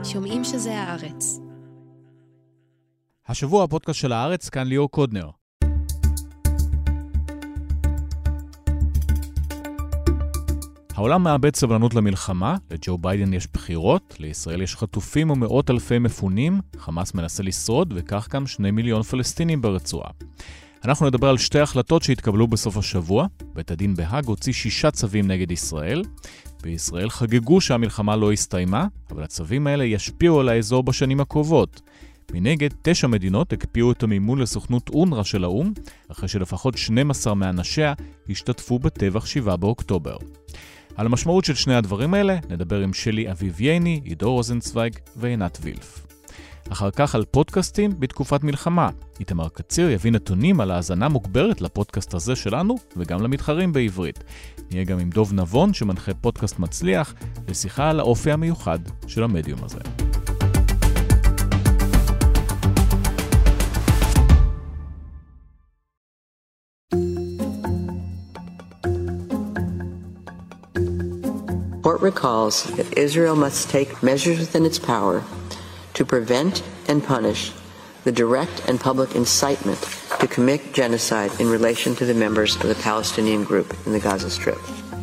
שומעים שזה הארץ. השבוע הפודקאסט של הארץ, כאן ליאור קודנר. העולם מאבד סבלנות למלחמה, לג'ו ביידן יש בחירות, לישראל יש חטופים ומאות אלפי מפונים, חמאס מנסה לשרוד וכך גם 2 מיליון פלסטינים ברצועה. אנחנו נדבר על שתי החלטות שהתקבלו בסוף השבוע. בית הדין בהאג הוציא 6 צווים נגד ישראל. בישראל חגגו שהמלחמה לא הסתיימה, אבל הצווים האלה ישפיעו על האזור בשנים הקרובות. מנגד, 9 מדינות הקפיאו את המימון לסוכנות אונר"א של האו"ם, אחרי שלפחות 12 מאנשיה השתתפו בטבח 7 באוקטובר. על המשמעות של שני הדברים האלה נדבר עם שלי אביבייני, עידו רוזנצוויג ועינת וילף. אחר כך על פודקאסטים בתקופת מלחמה. איתמר קציר יביא נתונים על האזנה מוגברת לפודקאסט הזה שלנו וגם למתחרים בעברית. נהיה גם עם דוב נבון שמנחה פודקאסט מצליח לשיחה על האופי המיוחד של המדיום הזה. The court recalls that Israel must take measures within its power to prevent and punish the direct and public incitement to commit genocide in relation to the members of the Palestinian group in the Gaza Strip.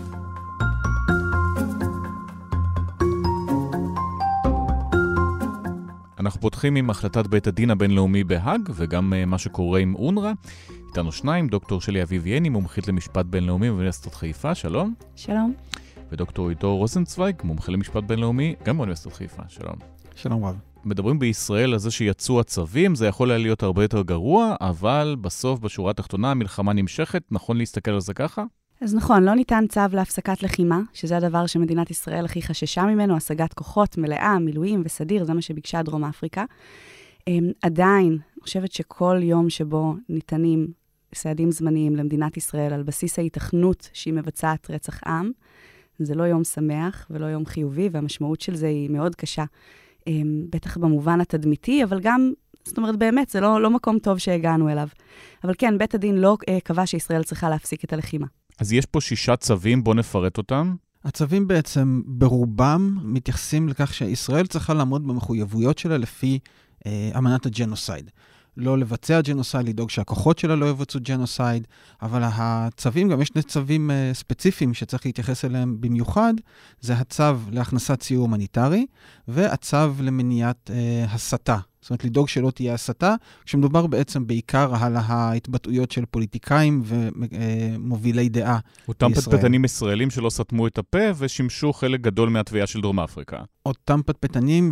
אנחנו פותחים עם החלטת בית הדין הבינלאומי בהאג וגם מה שקורה עם אונר"א. איתנו שניים, דוקטור שלי אביבייני, מומחית למשפט בינלאומי באוניברסיטת חיפה, שלום. שלום. ודוקטור עידו רוזנצוויג, מומחה למשפט בינלאומי, גם באוניברסיטת חיפה, שלום. שלום רב. מדברים בישראל על זה שיצאו הצווים, זה יכול להיות הרבה יותר גרוע, אבל בסוף, בשורה התחתונה, המלחמה נמשכת, נכון להסתכל על זה ככה? אז נכון, לא ניתן צו להפסקת לחימה, שזה הדבר שמדינת ישראל הכי חששה ממנו, השגת כוחות, מלאה, מילואים וסדיר, זה מה שביקשה דרום אפריקה. עדיין, אני חושבת שכל יום שבו ניתנים סעדים זמניים למדינת ישראל, על בסיס ההיתכנות שהיא מבצעת רצח עם, זה לא יום שמח ולא יום חיובי, והמשמעות של זה היא מאוד קשה. בטח במובן התדמיתי, אבל גם, זאת אומרת, באמת, זה לא מקום טוב שהגענו אליו. אבל כן, בית הדין לא קבע שישראל צריכה להפסיק את הלחימה. אז יש פה 6 צווים, בוא נפרט אותם. הצווים בעצם ברובם מתייחסים לכך שישראל צריכה לעמוד במחויבויות שלה לפי אמנת הג'נוסייד. לא לבצע ג'נוסייד, לדאוג שהכוחות שלה לא יבצעו ג'נוסייד, אבל הצווים, גם יש 2 צווים ספציפיים שצריך להתייחס אליהם במיוחד, זה הצו להכנסת סיוע הומניטרי, והצו למניעת הסתה. זאת אומרת, לדאוג שלא תהיה הסתה, כשמדובר בעצם בעיקר על ההתבטאויות של פוליטיקאים ומובילי דעה אותם פטפטנים ישראלים שלא סתמו את הפה ושימשו חלק גדול מהתביעה של דרום אפריקה. אותם פטפטנים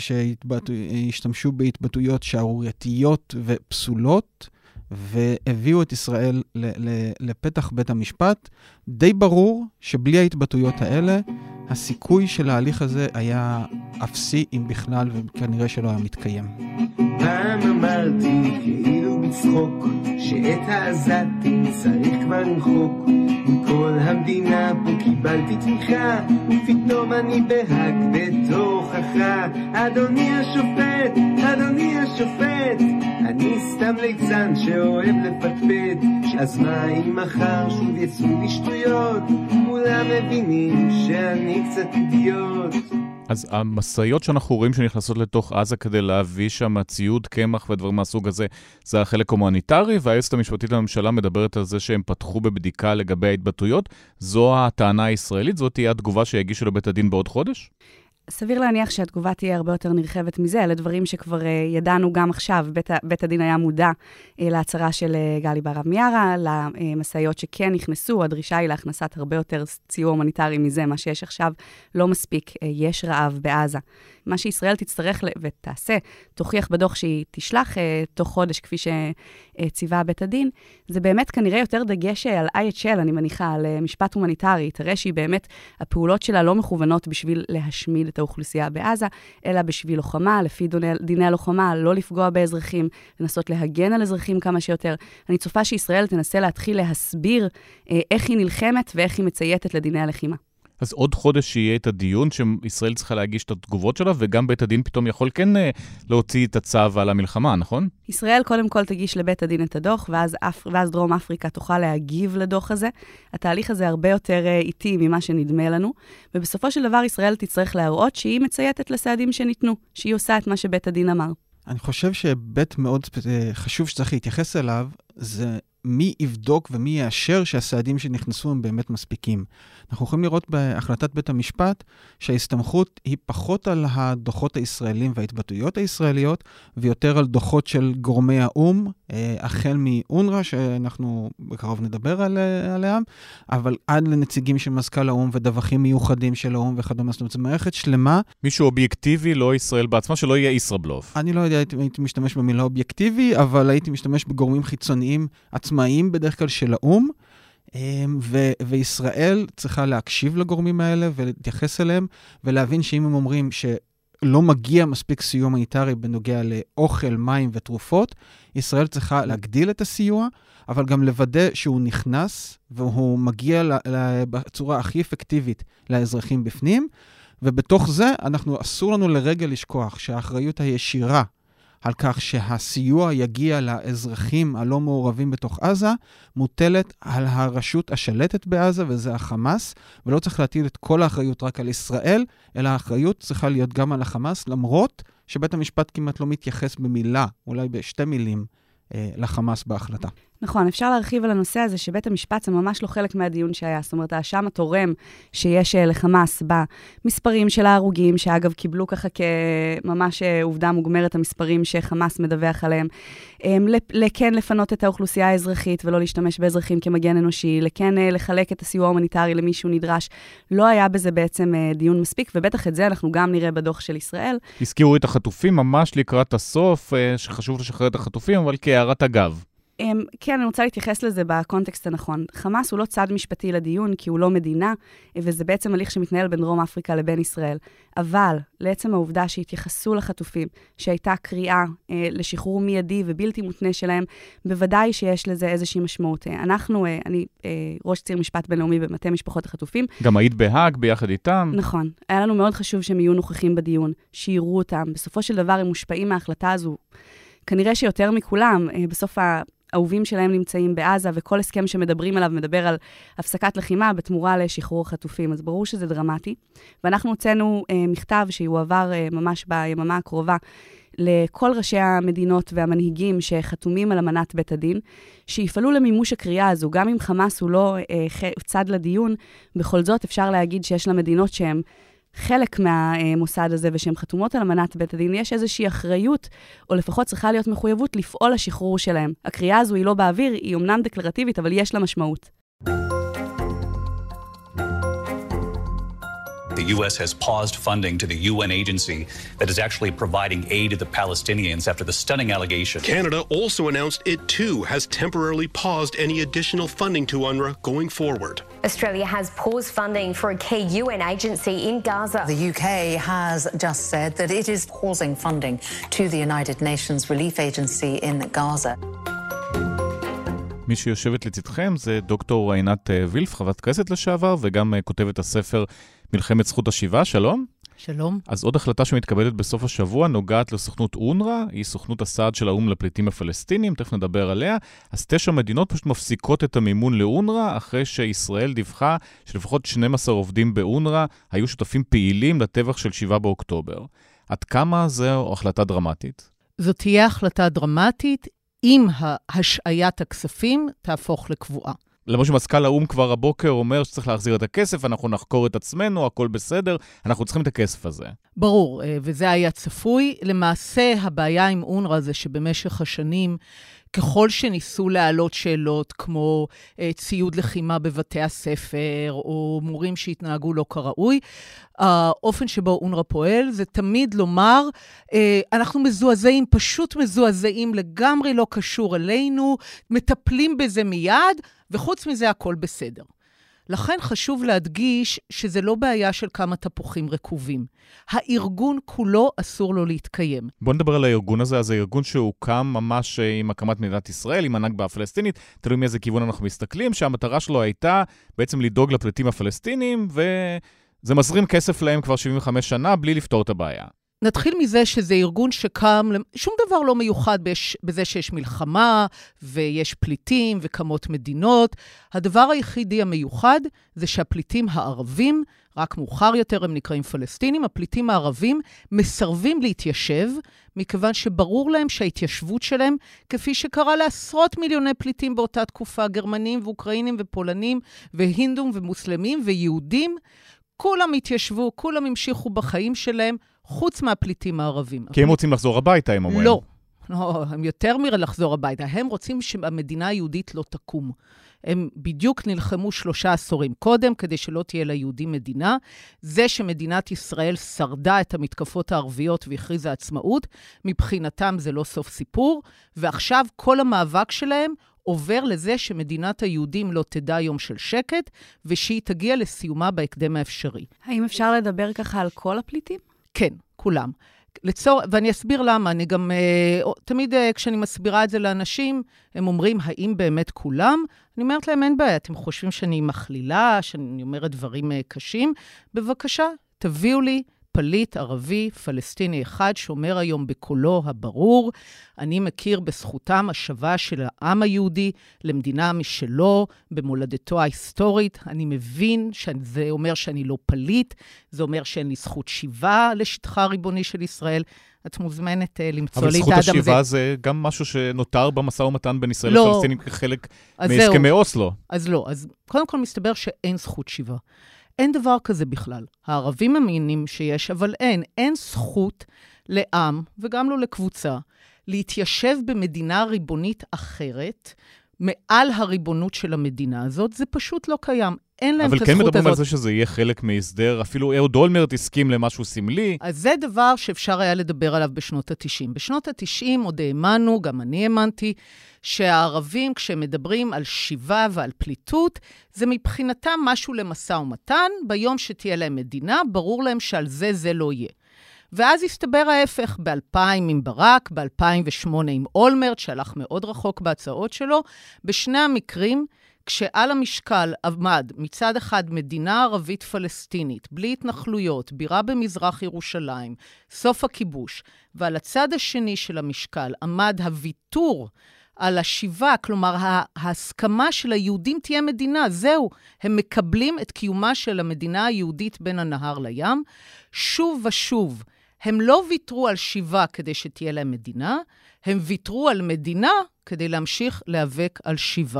שהשתמשו בהתבטאויות שערורייתיות ופסולות, והביאו את ישראל לפתח בית המשפט. די ברור שבלי ההתבטאויות האלה, הסיכוי של ההליך הזה היה אפסי אם בכלל, וכנראה שלא היה מתקיים. פעם אמרתי כאילו בצחוק, שאת העזתים צריך כבר למחוק. מכל המדינה פה קיבלתי תמיכה, ופתאום אני בהאג בתוכחה. אדוני השופט, אדוני השופט, אני סתם ליצן שאוהב לפטפט. אז מה אם מחר שוב יצאו לי שטויות, כולם מבינים שאני קצת אידיוט. אז המסעיות שאנחנו רואים שנכנסות לתוך עזה כדי להביא שם ציוד, קמח ודברים מהסוג הזה, זה החלק הומניטרי, והיועצת המשפטית לממשלה מדברת על זה שהם פתחו בבדיקה לגבי ההתבטאויות. זו הטענה הישראלית? זאת תהיה התגובה שיגישו לבית הדין בעוד חודש? סביר להניח שהתגובה תהיה הרבה יותר נרחבת מזה, אלה דברים שכבר ידענו גם עכשיו. בית הדין היה מודע להצהרה של גלי בהרב מיארה, למסעיות שכן נכנסו, הדרישה היא להכנסת הרבה יותר סיוע הומניטרי מזה, מה שיש עכשיו לא מספיק, יש רעב בעזה. מה שישראל תצטרך ותעשה, תוכיח בדוח שהיא תשלח תוך חודש, כפי שציווה בית הדין, זה באמת כנראה יותר דגש על IHL, אני מניחה, על משפט הומניטרי, תראה שהיא באמת, הפעולות שלה לא מכוונות בשביל להשמיד את האוכלוסייה בעזה, אלא בשביל לוחמה, לפי דיני הלוחמה, לא לפגוע באזרחים, לנסות להגן על אזרחים כמה שיותר. אני צופה שישראל תנסה להתחיל להסביר איך היא נלחמת ואיך היא מצייתת לדיני הלחימה. אז עוד חודש שיהיה את הדיון שישראל צריכה להגיש את התגובות שלה, וגם בית הדין פתאום יכול כן להוציא את הצו על המלחמה, נכון? ישראל קודם כל תגיש לבית הדין את הדוח, ואז דרום אפריקה תוכל להגיב לדוח הזה. התהליך הזה הרבה יותר איטי ממה שנדמה לנו, ובסופו של דבר ישראל תצטרך להראות שהיא מצייתת לסעדים שניתנו, שהיא עושה את מה שבית הדין אמר. אני חושב שבית מאוד חשוב שצריך להתייחס אליו, זה מי יבדוק ומי יאשר שהסעדים שנכנסו הם באמת מספיקים. אנחנו יכולים לראות בהחלטת בית המשפט שההסתמכות היא פחות על הדוחות הישראלים וההתבטאויות הישראליות, ויותר על דוחות של גורמי האום, החל מאונר"א, שאנחנו בקרוב נדבר עליהם, אבל עד לנציגים של מזכ"ל האום ודווחים מיוחדים של האום וכדומה. זאת אומרת, זו מערכת שלמה. מישהו אובייקטיבי, לא ישראל בעצמה, שלא יהיה ישראבלוף. אני לא יודע, הייתי משתמש במילה אובייקטיבי, אבל הייתי משתמש בגורמים חיצוניים עצמאיים בדרך כלל של האום, וישראל צריכה להקשיב לגורמים האלה ולהתייחס אליהם, ולהבין שאם הם אומרים שלא מגיע מספיק סיוע הומניטרי בנוגע לאוכל, מים ותרופות, ישראל צריכה להגדיל את הסיוע, אבל גם לוודא שהוא נכנס, והוא מגיע בצורה הכי אפקטיבית לאזרחים בפנים, ובתוך זה אסור לנו לרגע לשכוח שהאחריות הישירה על כך שהסיוע יגיע לאזרחים הלא מעורבים בתוך עזה, מוטלת על הרשות השלטת בעזה, וזה החמאס, ולא צריך להטיל את כל האחריות רק על ישראל, אלא האחריות צריכה להיות גם על החמאס, למרות שבית המשפט כמעט לא מתייחס במילה, אולי בשתי מילים, לחמאס בהחלטה. נכון, אפשר להרחיב על הנושא הזה שבית המשפט זה ממש לא חלק מהדיון שהיה. זאת אומרת, האשם התורם שיש לחמאס במספרים של ההרוגים, שאגב קיבלו ככה כממש עובדה מוגמרת המספרים שחמאס מדווח עליהם, לכן לפנות את האוכלוסייה האזרחית ולא להשתמש באזרחים כמגן אנושי, לכן לחלק את הסיוע ההומניטרי למישהו נדרש. לא היה בזה בעצם דיון מספיק, ובטח את זה אנחנו גם נראה בדוח של ישראל. הזכירו את החטופים ממש לקראת הסוף, שחשוב לשחרר את החטופים, אבל כהערת אגב. כן, אני רוצה להתייחס לזה בקונטקסט הנכון. חמאס הוא לא צד משפטי לדיון, כי הוא לא מדינה, וזה בעצם הליך שמתנהל בין דרום אפריקה לבין ישראל. אבל, לעצם העובדה שהתייחסו לחטופים, שהייתה קריאה לשחרור מיידי ובלתי מותנה שלהם, בוודאי שיש לזה איזושהי משמעות. אני ראש ציר משפט בינלאומי במטה משפחות החטופים. גם היית בהאג ביחד איתם. נכון. היה לנו מאוד חשוב שהם יהיו נוכחים בדיון, שיראו אותם. בסופו של דבר הם מושפעים מההחלטה הזו. כנראה שיותר מכולם, בסוף האהובים שלהם נמצאים בעזה, וכל הסכם שמדברים עליו מדבר על הפסקת לחימה בתמורה לשחרור חטופים. אז ברור שזה דרמטי. ואנחנו הוצאנו מכתב שיועבר ממש ביממה הקרובה לכל ראשי המדינות והמנהיגים שחתומים על אמנת בית הדין, שיפעלו למימוש הקריאה הזו. גם אם חמאס הוא לא צד לדיון, בכל זאת אפשר להגיד שיש למדינות שהן חלק מהמוסד הזה, ושהן חתומות על אמנת בית הדין, יש איזושהי אחריות, או לפחות צריכה להיות מחויבות לפעול לשחרור שלהם. הקריאה הזו היא לא באוויר, היא אומנם דקלרטיבית, אבל יש לה משמעות. The U.S. has paused funding to the UN agency that is actually providing aid to the Palestinians after the stunning allegation. Canada also announced it too has temporarily paused any additional funding to UNRWA going forward. Australia has paused funding for a key UN agency in Gaza. The UK has just said that it is pausing funding to the United Nations Relief Agency in Gaza. מי שיושבת לצדכם זה דוקטור עינת וילף, חברת כנסת לשעבר, וגם כותבת הספר מלחמת זכות השיבה. שלום. שלום. אז עוד החלטה שמתקבלת בסוף השבוע נוגעת לסוכנות אונר"א, היא סוכנות הסעד של האום לפליטים הפלסטינים, תכף נדבר עליה. אז 9 מדינות פשוט מפסיקות את המימון לאונר"א, אחרי שישראל דיווחה שלפחות 12 עובדים באונר"א היו שותפים פעילים לטבח של 7 באוקטובר. עד כמה זו החלטה דרמטית? זו תהיה החלטה דרמטית, אם השעיית הכספים תהפוך לקבועה. למרות שמזכ"ל האום כבר הבוקר אומר שצריך להחזיר את הכסף, אנחנו נחקור את עצמנו, הכל בסדר, אנחנו צריכים את הכסף הזה. ברור, וזה היה צפוי. למעשה, הבעיה עם אונר"א זה שבמשך השנים, ככל שניסו להעלות שאלות כמו ציוד לחימה בבתי הספר, או מורים שהתנהגו לא כראוי, האופן שבו אונר"א פועל זה תמיד לומר, אנחנו מזועזעים, פשוט מזועזעים, לגמרי לא קשור אלינו, מטפלים בזה מיד, וחוץ מזה הכל בסדר. לכן חשוב להדגיש שזה לא בעיה של כמה תפוחים רקובים. הארגון כולו אסור לו להתקיים. בוא נדבר על הארגון הזה. אז הארגון שהוקם ממש עם הקמת מדינת ישראל, עם הנכבה הפלסטינית, תלוי מאיזה כיוון אנחנו מסתכלים, שהמטרה שלו הייתה בעצם לדאוג לפליטים הפלסטינים, וזה מזרים כסף להם כבר 75 שנה בלי לפתור את הבעיה. נתחיל מזה שזה ארגון שקם, שום דבר לא מיוחד בזה שיש מלחמה ויש פליטים וקמות מדינות. הדבר היחידי המיוחד זה שהפליטים הערבים, רק מאוחר יותר הם נקראים פלסטינים, הפליטים הערבים מסרבים להתיישב, מכיוון שברור להם שההתיישבות שלהם, כפי שקרה לעשרות מיליוני פליטים באותה תקופה, גרמנים ואוקראינים ופולנים והינדום ומוסלמים ויהודים, כולם התיישבו, כולם המשיכו בחיים שלהם, חוץ מהפליטים הערבים. כי הם רוצים לחזור הביתה, הם אומרים. לא, הם יותר לחזור הביתה. הם רוצים שהמדינה היהודית לא תקום. הם בדיוק נלחמו 3 עשורים קודם, כדי שלא תהיה ליהודים מדינה. זה שמדינת ישראל שרדה את המתקפות הערביות והכריזה עצמאות, מבחינתם זה לא סוף סיפור, ועכשיו כל המאבק שלהם עובר לזה שמדינת היהודים לא תדע יום של שקט, ושהיא תגיע לסיומה בהקדם האפשרי. האם אפשר לדבר ככה על כל הפליטים? כן, כולם. ואני אסביר למה, אני גם, תמיד כשאני מסבירה את זה לאנשים, הם אומרים, האם באמת כולם? אני אומרת להם, אין בעיה, אתם חושבים שאני מכלילה, שאני אומרת דברים קשים? בבקשה, תביאו לי פליט ערבי פלסטיני אחד שאומר היום בקולו הברור, אני מכיר בזכותם השווה של העם היהודי למדינה משלו, במולדתו ההיסטורית. אני מבין שזה אומר שאני לא פליט, זה אומר שאין לי זכות שיבה לשטחה הריבוני של ישראל. את מוזמנת למצוא לי את האדם הזה. אבל זכות השיבה זה גם משהו שנותר במשא ומתן בין ישראל לפלסטינים כחלק מהסכמי אוסלו. אז לא, אז קודם כל מסתבר שאין זכות שיבה. אין דבר כזה בכלל. הערבים מאמינים שיש, אבל אין זכות לעם, וגם לא לקבוצה, להתיישב במדינה ריבונית אחרת, מעל הריבונות של המדינה הזאת. זה פשוט לא קיים. אין להם את הזכות הזאת. אבל כן מדברים על זה שזה יהיה חלק מהסדר, אפילו אהוד אולמרט הסכים למשהו סמלי. אז זה דבר שאפשר היה לדבר עליו בשנות ה-90. בשנות ה-90 עוד האמנו, גם אני האמנתי, שהערבים כשהם מדברים על שיבה ועל פליטות, זה מבחינתם משהו למשא ומתן, ביום שתהיה להם מדינה, ברור להם שעל זה לא יהיה. ואז הסתבר ההפך, ב-2000 עם ברק, ב-2008 עם אולמרט, שהלך מאוד רחוק בהצעות שלו, בשני המקרים, כשעל המשקל עמד מצד אחד מדינה ערבית פלסטינית, בלי התנחלויות, בירה במזרח ירושלים, סוף הכיבוש, ועל הצד השני של המשקל עמד הוויתור על השיבה, כלומר ההסכמה של היהודים תהיה מדינה, זהו, הם מקבלים את קיומה של המדינה היהודית בין הנהר לים, שוב ושוב, הם לא ויתרו על שיבה כדי שתהיה להם מדינה, הם ויתרו על מדינה כדי להמשיך להיאבק על שיבה.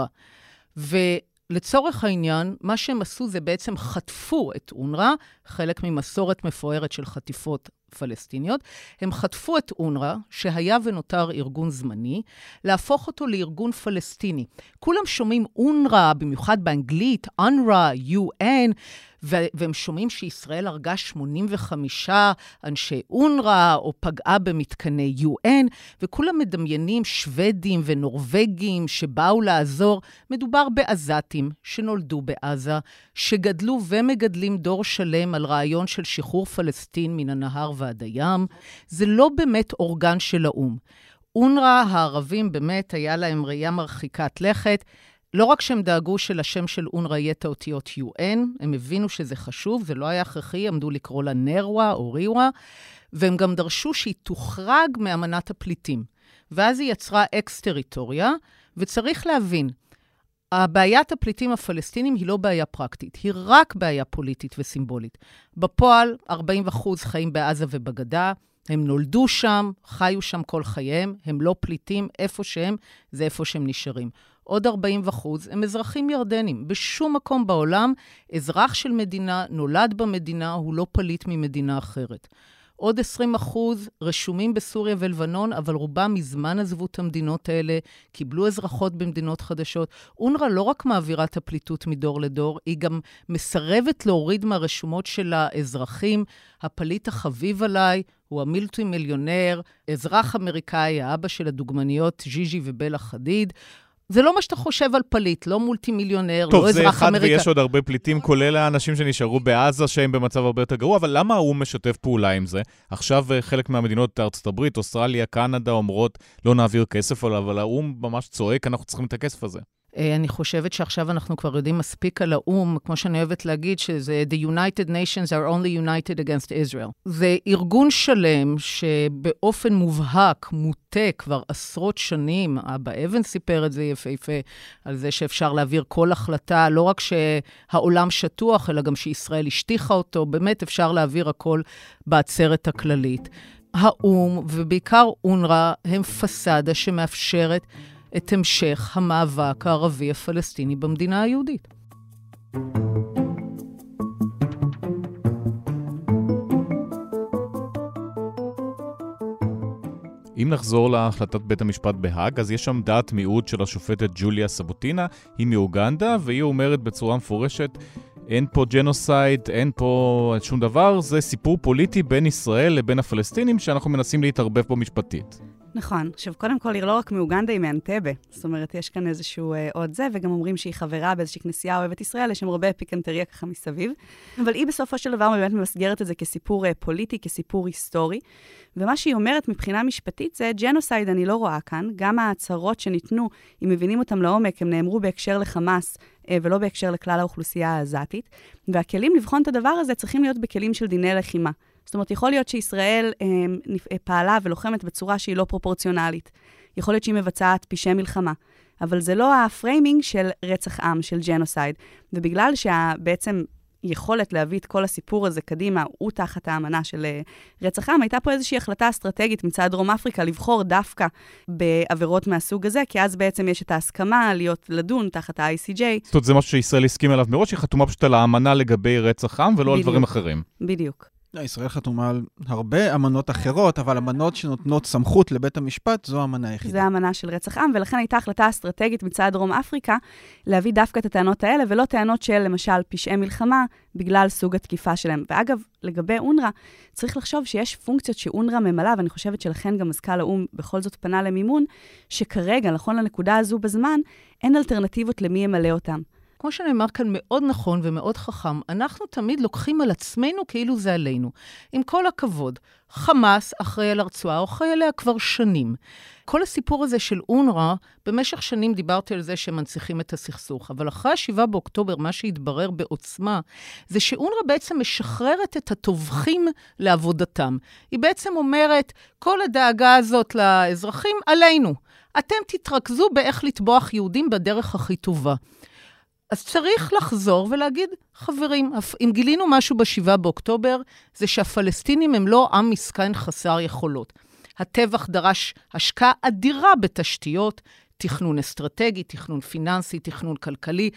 ולצורך העניין, מה שהם עשו זה בעצם חטפו את אונר"א, חלק ממסורת מפוארת של חטיפות פלסטיניות, הם חטפו את אונר"א, שהיה ונותר ארגון זמני, להפוך אותו לארגון פלסטיני. כולם שומעים אונר"א, במיוחד באנגלית, UNRWA, UN, והם שומעים שישראל הרגה 85 אנשי אונר"א, או פגעה במתקני UN, וכולם מדמיינים שוודים ונורווגים שבאו לעזור. מדובר בעזתים שנולדו בעזה, שגדלו ומגדלים דור שלם על רעיון של שחרור פלסטין מן הנהר ועד הים. זה לא באמת אורגן של האום. אונר"א, הערבים באמת היה להם ראייה מרחיקת לכת, לא רק שהם דאגו שלשם של אונר"א יהיה את האותיות UN, הם הבינו שזה חשוב, זה לא היה הכרחי, עמדו לקרוא לה נרווה או ריווה, והם גם דרשו שהיא תוחרג מאמנת הפליטים. ואז היא יצרה אקס-טריטוריה, וצריך להבין, הבעיית הפליטים הפלסטינים היא לא בעיה פרקטית, היא רק בעיה פוליטית וסימבולית. בפועל, 40% חיים בעזה ובגדה, הם נולדו שם, חיו שם כל חייהם, הם לא פליטים, איפה שהם, זה איפה שהם נשארים. עוד 40% הם אזרחים ירדנים. בשום מקום בעולם, אזרח של מדינה, נולד במדינה, הוא לא פליט ממדינה אחרת. עוד 20% רשומים בסוריה ולבנון, אבל רובם מזמן עזבו את המדינות האלה, קיבלו אזרחות במדינות חדשות. אונר"א לא רק מעבירה את הפליטות מדור לדור, היא גם מסרבת להוריד מהרשומות של האזרחים. הפליט החביב עליי הוא המילטי מיליונר, אזרח אמריקאי, האבא של הדוגמניות ז'יז'י ובלה חדיד. זה לא מה שאתה חושב על פליט, לא מולטי מיליונר, טוב, לא אזרח אמריקה. טוב, זה אחד ויש עוד הרבה פליטים, כולל האנשים שנשארו בעזה שהם במצב הרבה יותר גרוע, אבל למה הוא משתף פעולה עם זה? עכשיו חלק מהמדינות, ארצות הברית, אוסטרליה, קנדה, אומרות, לא נעביר כסף עליו, אבל האום ממש צועק, אנחנו צריכים את הכסף הזה. אני חושבת שעכשיו אנחנו כבר יודעים מספיק על האום, כמו שאני אוהבת להגיד, שזה The United Nations are only united against Israel. זה ארגון שלם שבאופן מובהק, מוטה כבר עשרות שנים, אבא אבן סיפר את זה יפה, על זה שאפשר להעביר כל החלטה, לא רק שהעולם שטוח, אלא גם שישראל השטיחה אותו, באמת אפשר להעביר הכל בעצרת הכללית. האום, ובעיקר אונר"א, הם פסאדה שמאפשרת את המשך המאבק הערבי הפלסטיני במדינה היהודית. אם נחזור להחלטת בית המשפט בהאג, אז יש שם דעת מיעוט של השופטת ג'וליה סבוטינה, היא מאוגנדה, והיא אומרת בצורה מפורשת, אין פה ג'נוסייד, אין פה שום דבר, זה סיפור פוליטי בין ישראל לבין הפלסטינים שאנחנו מנסים להתערבב פה משפטית. נכון. עכשיו, קודם כל, היא לא רק מאוגנדה, היא מאנטבה. זאת אומרת, יש כאן איזשהו עוד זה, וגם אומרים שהיא חברה באיזושהי כנסייה אוהבת ישראל, יש שם הרבה פיקנטריה ככה מסביב. אבל היא בסופו של דבר באמת ממסגרת את זה כסיפור פוליטי, כסיפור היסטורי. ומה שהיא אומרת מבחינה משפטית זה, ג'נוסייד אני לא רואה כאן, גם ההצהרות שניתנו, אם מבינים אותם לעומק, הם נאמרו בהקשר לחמאס, ולא בהקשר לכלל האוכלוסייה העזתית. והכלים לבחון את הדבר הזה צריכים להיות בכלים של דיני לחימה. זאת אומרת, יכול להיות שישראל פעלה ולוחמת בצורה שהיא לא פרופורציונלית. יכול להיות שהיא מבצעת פשעי מלחמה. אבל זה לא הפריימינג של רצח עם, של ג'נוסייד. ובגלל שבעצם יכולת להביא את כל הסיפור הזה קדימה, הוא תחת האמנה של רצח עם, הייתה פה איזושהי החלטה אסטרטגית מצד דרום אפריקה, לבחור דווקא בעבירות מהסוג הזה, כי אז בעצם יש את ההסכמה לדון תחת ה-ICJ. זאת אומרת, זה משהו שישראל הסכים אליו מראש, היא חתומה פשוט על האמנה לגבי רצח עם, ולא על דברים אחרים. בדיוק. ישראל חתומה על הרבה אמנות אחרות, אבל אמנות שנותנות סמכות לבית המשפט, זו האמנה היחידה. זו האמנה של רצח עם, ולכן הייתה החלטה אסטרטגית מצד דרום אפריקה, להביא דווקא את הטענות האלה, ולא טענות של, למשל, פשעי מלחמה, בגלל סוג התקיפה שלהם. ואגב, לגבי אונר"א, צריך לחשוב שיש פונקציות שאונר"א ממלאה, ואני חושבת שלכן גם מזכ"ל האו"ם בכל זאת פנה למימון, שכרגע, נכון לנקודה הזו בזמן, אין אלטרנטיבות למי ימלא אותם. כמו שנאמר כאן מאוד נכון ומאוד חכם, אנחנו תמיד לוקחים על עצמנו כאילו זה עלינו. עם כל הכבוד, חמאס אחראי על הרצועה, או אחראי עליה כבר שנים. כל הסיפור הזה של אונר"א, במשך שנים דיברתי על זה שמנציחים את הסכסוך, אבל אחרי 7 באוקטובר, מה שהתברר בעוצמה, זה שאונר"א בעצם משחררת את הטובחים לעבודתם. היא בעצם אומרת, כל הדאגה הזאת לאזרחים עלינו. אתם תתרכזו באיך לטבוח יהודים בדרך הכי טובה. אז צריך לחזור ולהגיד, חברים, אם גילינו משהו ב7 באוקטובר, זה שהפלסטינים הם לא עם מסכן חסר יכולות. הטבח דרש השקעה אדירה בתשתיות, תכנון אסטרטגי, תכנון פיננסי, תכנון כלכלי,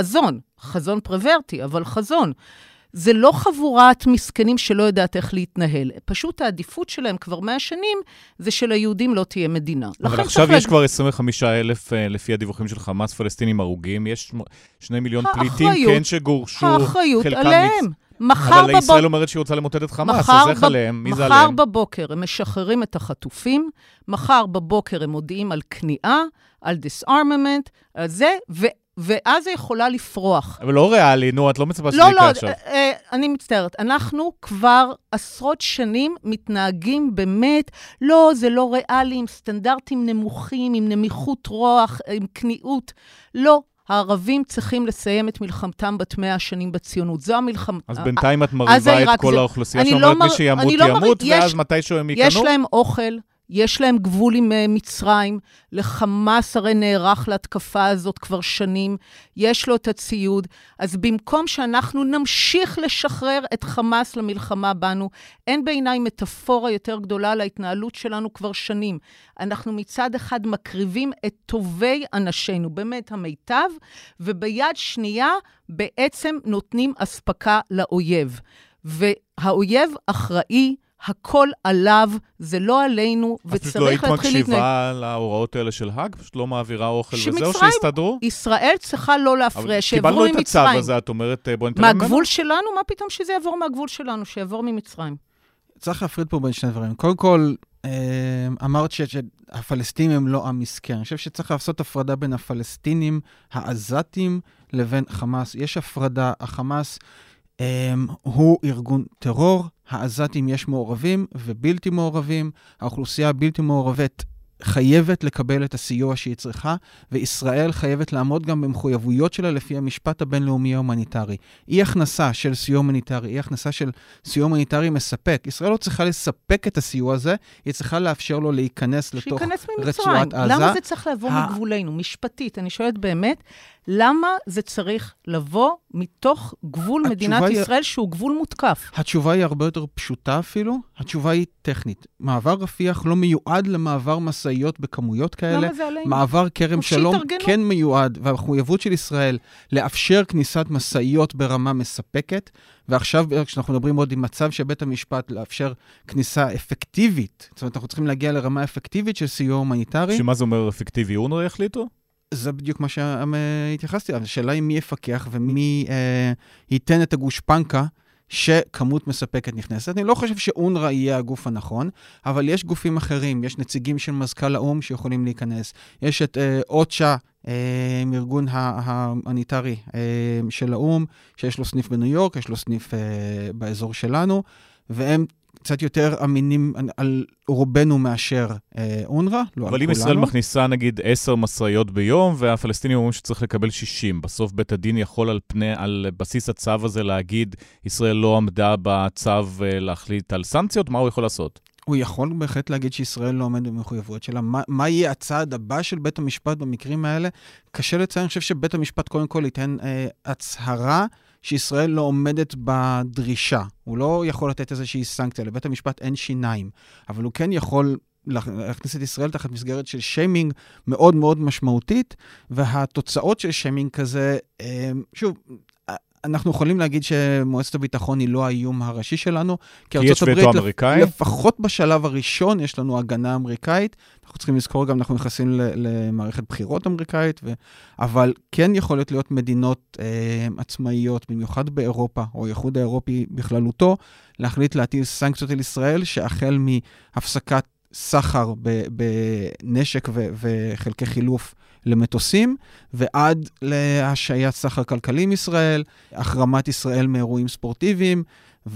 חזון פרוורטי, אבל חזון. זה לא חבורת מסכנים שלא יודעת איך להתנהל. פשוט העדיפות שלהם כבר 100 שנים, זה שליהודים לא תהיה מדינה. אבל עכשיו יש כבר 25,000 לפי הדיווחים של חמאס פלסטינים הרוגים, יש 2 מיליון פליטים, כן שגורשו. האחריות עליהם. אבל ישראל אומרת שהיא רוצה למוטט את חמאס, אז איך עליהם? מי זה עליהם? מחר בבוקר הם משחררים את החטופים, מחר בבוקר הם מודיעים על כניעה, על disarmament, על זה, ואז היא יכולה לפרוח. אבל לא ריאלי, נו, את לא מצפה שזה יקרה עכשיו. אני מצטערת. אנחנו כבר עשרות שנים מתנהגים באמת, לא, זה לא ריאלי, עם סטנדרטים נמוכים, עם נמיכות רוח, עם כניעות. לא, הערבים צריכים לסיים את מלחמתם בת 100 השנים בציונות. זו המלחמה. אז בינתיים את מריבה את כל האוכלוסייה שאומרת מי שימות ימות, ואז מתישהו הם יקנו? יש להם אוכל. יש להם גבול עם מצרים, לחמאס הרי נערך להתקפה הזאת כבר שנים, יש לו את הציוד, אז במקום שאנחנו נמשיך לשחרר את חמאס למלחמה בנו, אין בעיניי מטאפורה יותר גדולה להתנהלות שלנו כבר שנים. אנחנו מצד אחד מקריבים את טובי אנשינו, באמת המיטב, וביד שנייה בעצם נותנים אספקה לאויב. והאויב אחראי, הכל עליו, זה לא עלינו, וצריך להתחיל להתנהג. אז פשוט לא היית מקשיבה להוראות האלה של האג? פשוט לא מעבירה אוכל וזהו שהסתדרו? ישראל צריכה לא להפריע, שיעברו ממצרים. קיבלנו את הצו הזה, את אומרת, בוא נתלם ממנו? מהגבול שלנו? מה פתאום שזה יעבור מהגבול שלנו, שיעבור ממצרים? צריך להפריד פה בין שני דברים. קודם כל, אמרת שהפלסטינים הם לא עם מסכן. אני חושב שצריך לעשות הפרדה בין הפלסטינים, העזתים, לבין חמאס. יש הפרדה, החמאס הוא ארגון טרור, העזתים יש מעורבים ובלתי מעורבים, האוכלוסייה הבלתי מעורבת חייבת לקבל את הסיוע שהיא צריכה, וישראל חייבת לעמוד גם במחויבויות שלה לפי המשפט הבינלאומי ההומניטרי. אי הכנסה של סיוע הומניטרי, אי הכנסה של סיוע הומניטרי מספק. ישראל לא צריכה לספק את הסיוע הזה, היא צריכה לאפשר לו להיכנס לתוך רצועת עזה. למה זה צריך לבוא מגבולנו? משפטית, אני שואלת באמת, למה זה צריך לבוא מתוך גבול מדינת ישראל שהוא גבול מותקף? התשובה היא הרבה יותר פשוטה אפילו, התשובה היא טכנית. מעבר רפיח לא מיועד למעבר מסעיות בכמויות כאלה. למה זה עלינו? מעבר כרם שלום כן מיועד, והמחויבות של ישראל לאפשר כניסת מסעיות ברמה מספקת, ועכשיו כשאנחנו מדברים עוד עם מצב שבית המשפט לאפשר כניסה אפקטיבית, זאת אומרת אנחנו צריכים להגיע לרמה אפקטיבית של סיוע הומניטרי. שמה זה אומר אפקטיבי? אונר"א החליטו? זה בדיוק מה שהתייחסתי. השאלה היא מי יפקח ומי ייתן את הגושפנקה שכמות מספקת נכנסת. אני לא חושב שאונר"א יהיה הגוף הנכון, אבל יש גופים אחרים, יש נציגים של מזכ"ל האו"ם שיכולים להיכנס, יש את אוצ'ה, ארגון ההומניטרי של האו"ם, שיש לו סניף בניו יורק, יש לו סניף באזור שלנו, והם קצת יותר אמינים על רובנו מאשר אונר"א, לא אבל אם ישראל מכניסה נגיד 10 מסעיות ביום, והפלסטינים אומרים שצריך לקבל 60, בסוף בית הדין יכול על בסיס הצו הזה להגיד, ישראל לא עמדה בצו להחליט על סנקציות, מה הוא יכול לעשות? הוא יכול בהחלט להגיד שישראל לא עומד במחויבויות שלה. מה יהיה הצעד הבא של בית המשפט במקרים האלה? קשה לציין, אני חושב שבית המשפט קודם כל ייתן הצהרה, שישראל לא עומדת בדרישה. הוא לא יכול לתת איזושהי סנקציה. לבית המשפט אין שיניים. אבל הוא כן יכול להכניס את ישראל תחת מסגרת של שיימינג מאוד מאוד משמעותית, והתוצאות של שיימינג כזה, שוב, אנחנו יכולים להגיד שמועצת הביטחון היא לא האיום הראשי שלנו, כי ארצות הברית, לפחות בשלב הראשון, יש לנו הגנה אמריקאית, אנחנו צריכים לזכור גם, אנחנו נכנסים למערכת בחירות אמריקאית, אבל כן יכולות להיות מדינות עצמאיות, במיוחד באירופה, או האיחוד האירופי בכללותו, להחליט להטיל סנקציות על ישראל, שהחל מהפסקת סחר בנשק וחלקי חילוף למטוסים, ועד להשעיית סחר כלכלי עם ישראל, החרמת ישראל מאירועים ספורטיביים,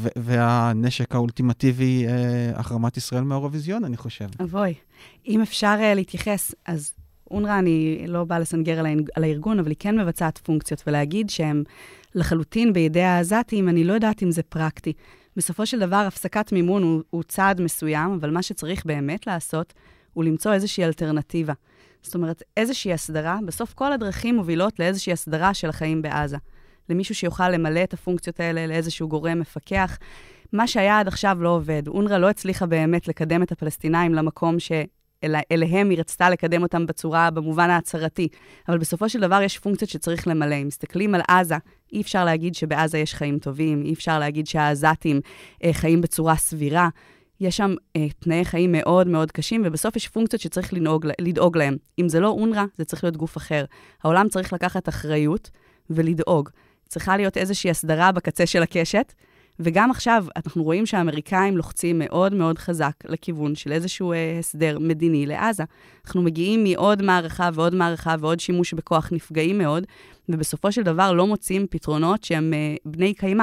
והנשק האולטימטיבי, החרמת ישראל מהאירוויזיון, אני חושב. אבוי, אם אפשר להתייחס, אז אונר"א, אני לא באה לסנגר על הארגון, אבל היא כן מבצעת פונקציות, ולהגיד שהם לחלוטין בידי העזתים, אני לא יודעת אם זה פרקטי. בסופו של דבר, הפסקת מימון הוא צעד מסוים, אבל מה שצריך באמת לעשות, הוא למצוא איזושהי אלטרנטיבה. זאת אומרת, איזושהי הסדרה, בסוף כל הדרכים מובילות לאיזושהי הסדרה של החיים בעזה. למישהו שיוכל למלא את הפונקציות האלה, לאיזשהו גורם מפקח. מה שהיה עד עכשיו לא עובד. אונר"א לא הצליחה באמת לקדם את הפלסטינאים למקום שאליהם היא רצתה לקדם אותם במובן ההצהרתי. אבל בסופו של דבר יש פונקציות שצריך למלא. אם מסתכלים על עזה, אי אפשר להגיד שבעזה יש חיים טובים, אי אפשר להגיד שהעזתים חיים בצורה סבירה. יש שם תנאי חיים מאוד מאוד קשים, ובסוף יש פונקציות שצריך לדאוג להם. אם זה לא אונר"א, זה צריך להיות גוף אחר. העולם צריך לקחת אחריות ולדאוג. צריכה להיות איזושהי הסדרה בקצה של הקשת, וגם עכשיו אנחנו רואים שהאמריקאים לוחצים מאוד מאוד חזק לכיוון של איזשהו הסדר מדיני לעזה. אנחנו מגיעים מעוד מערכה ועוד מערכה ועוד שימוש בכוח נפגעים מאוד, ובסופו של דבר לא מוצאים פתרונות שהם בני קיימא.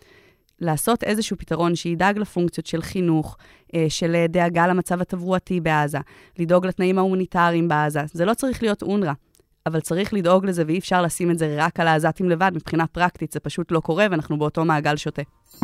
לעשות איזשהו פתרון שידאג לפונקציות של חינוך, של דאגה למצב התברואתי בעזה, לדאוג לתנאים ההומניטריים בעזה. זה לא צריך להיות אונר"א, אבל צריך לדאוג לזה, ואי אפשר לשים את זה רק על העזתים לבד. מבחינה פרקטית זה פשוט לא קורה, ואנחנו באותו מעגל שוטה.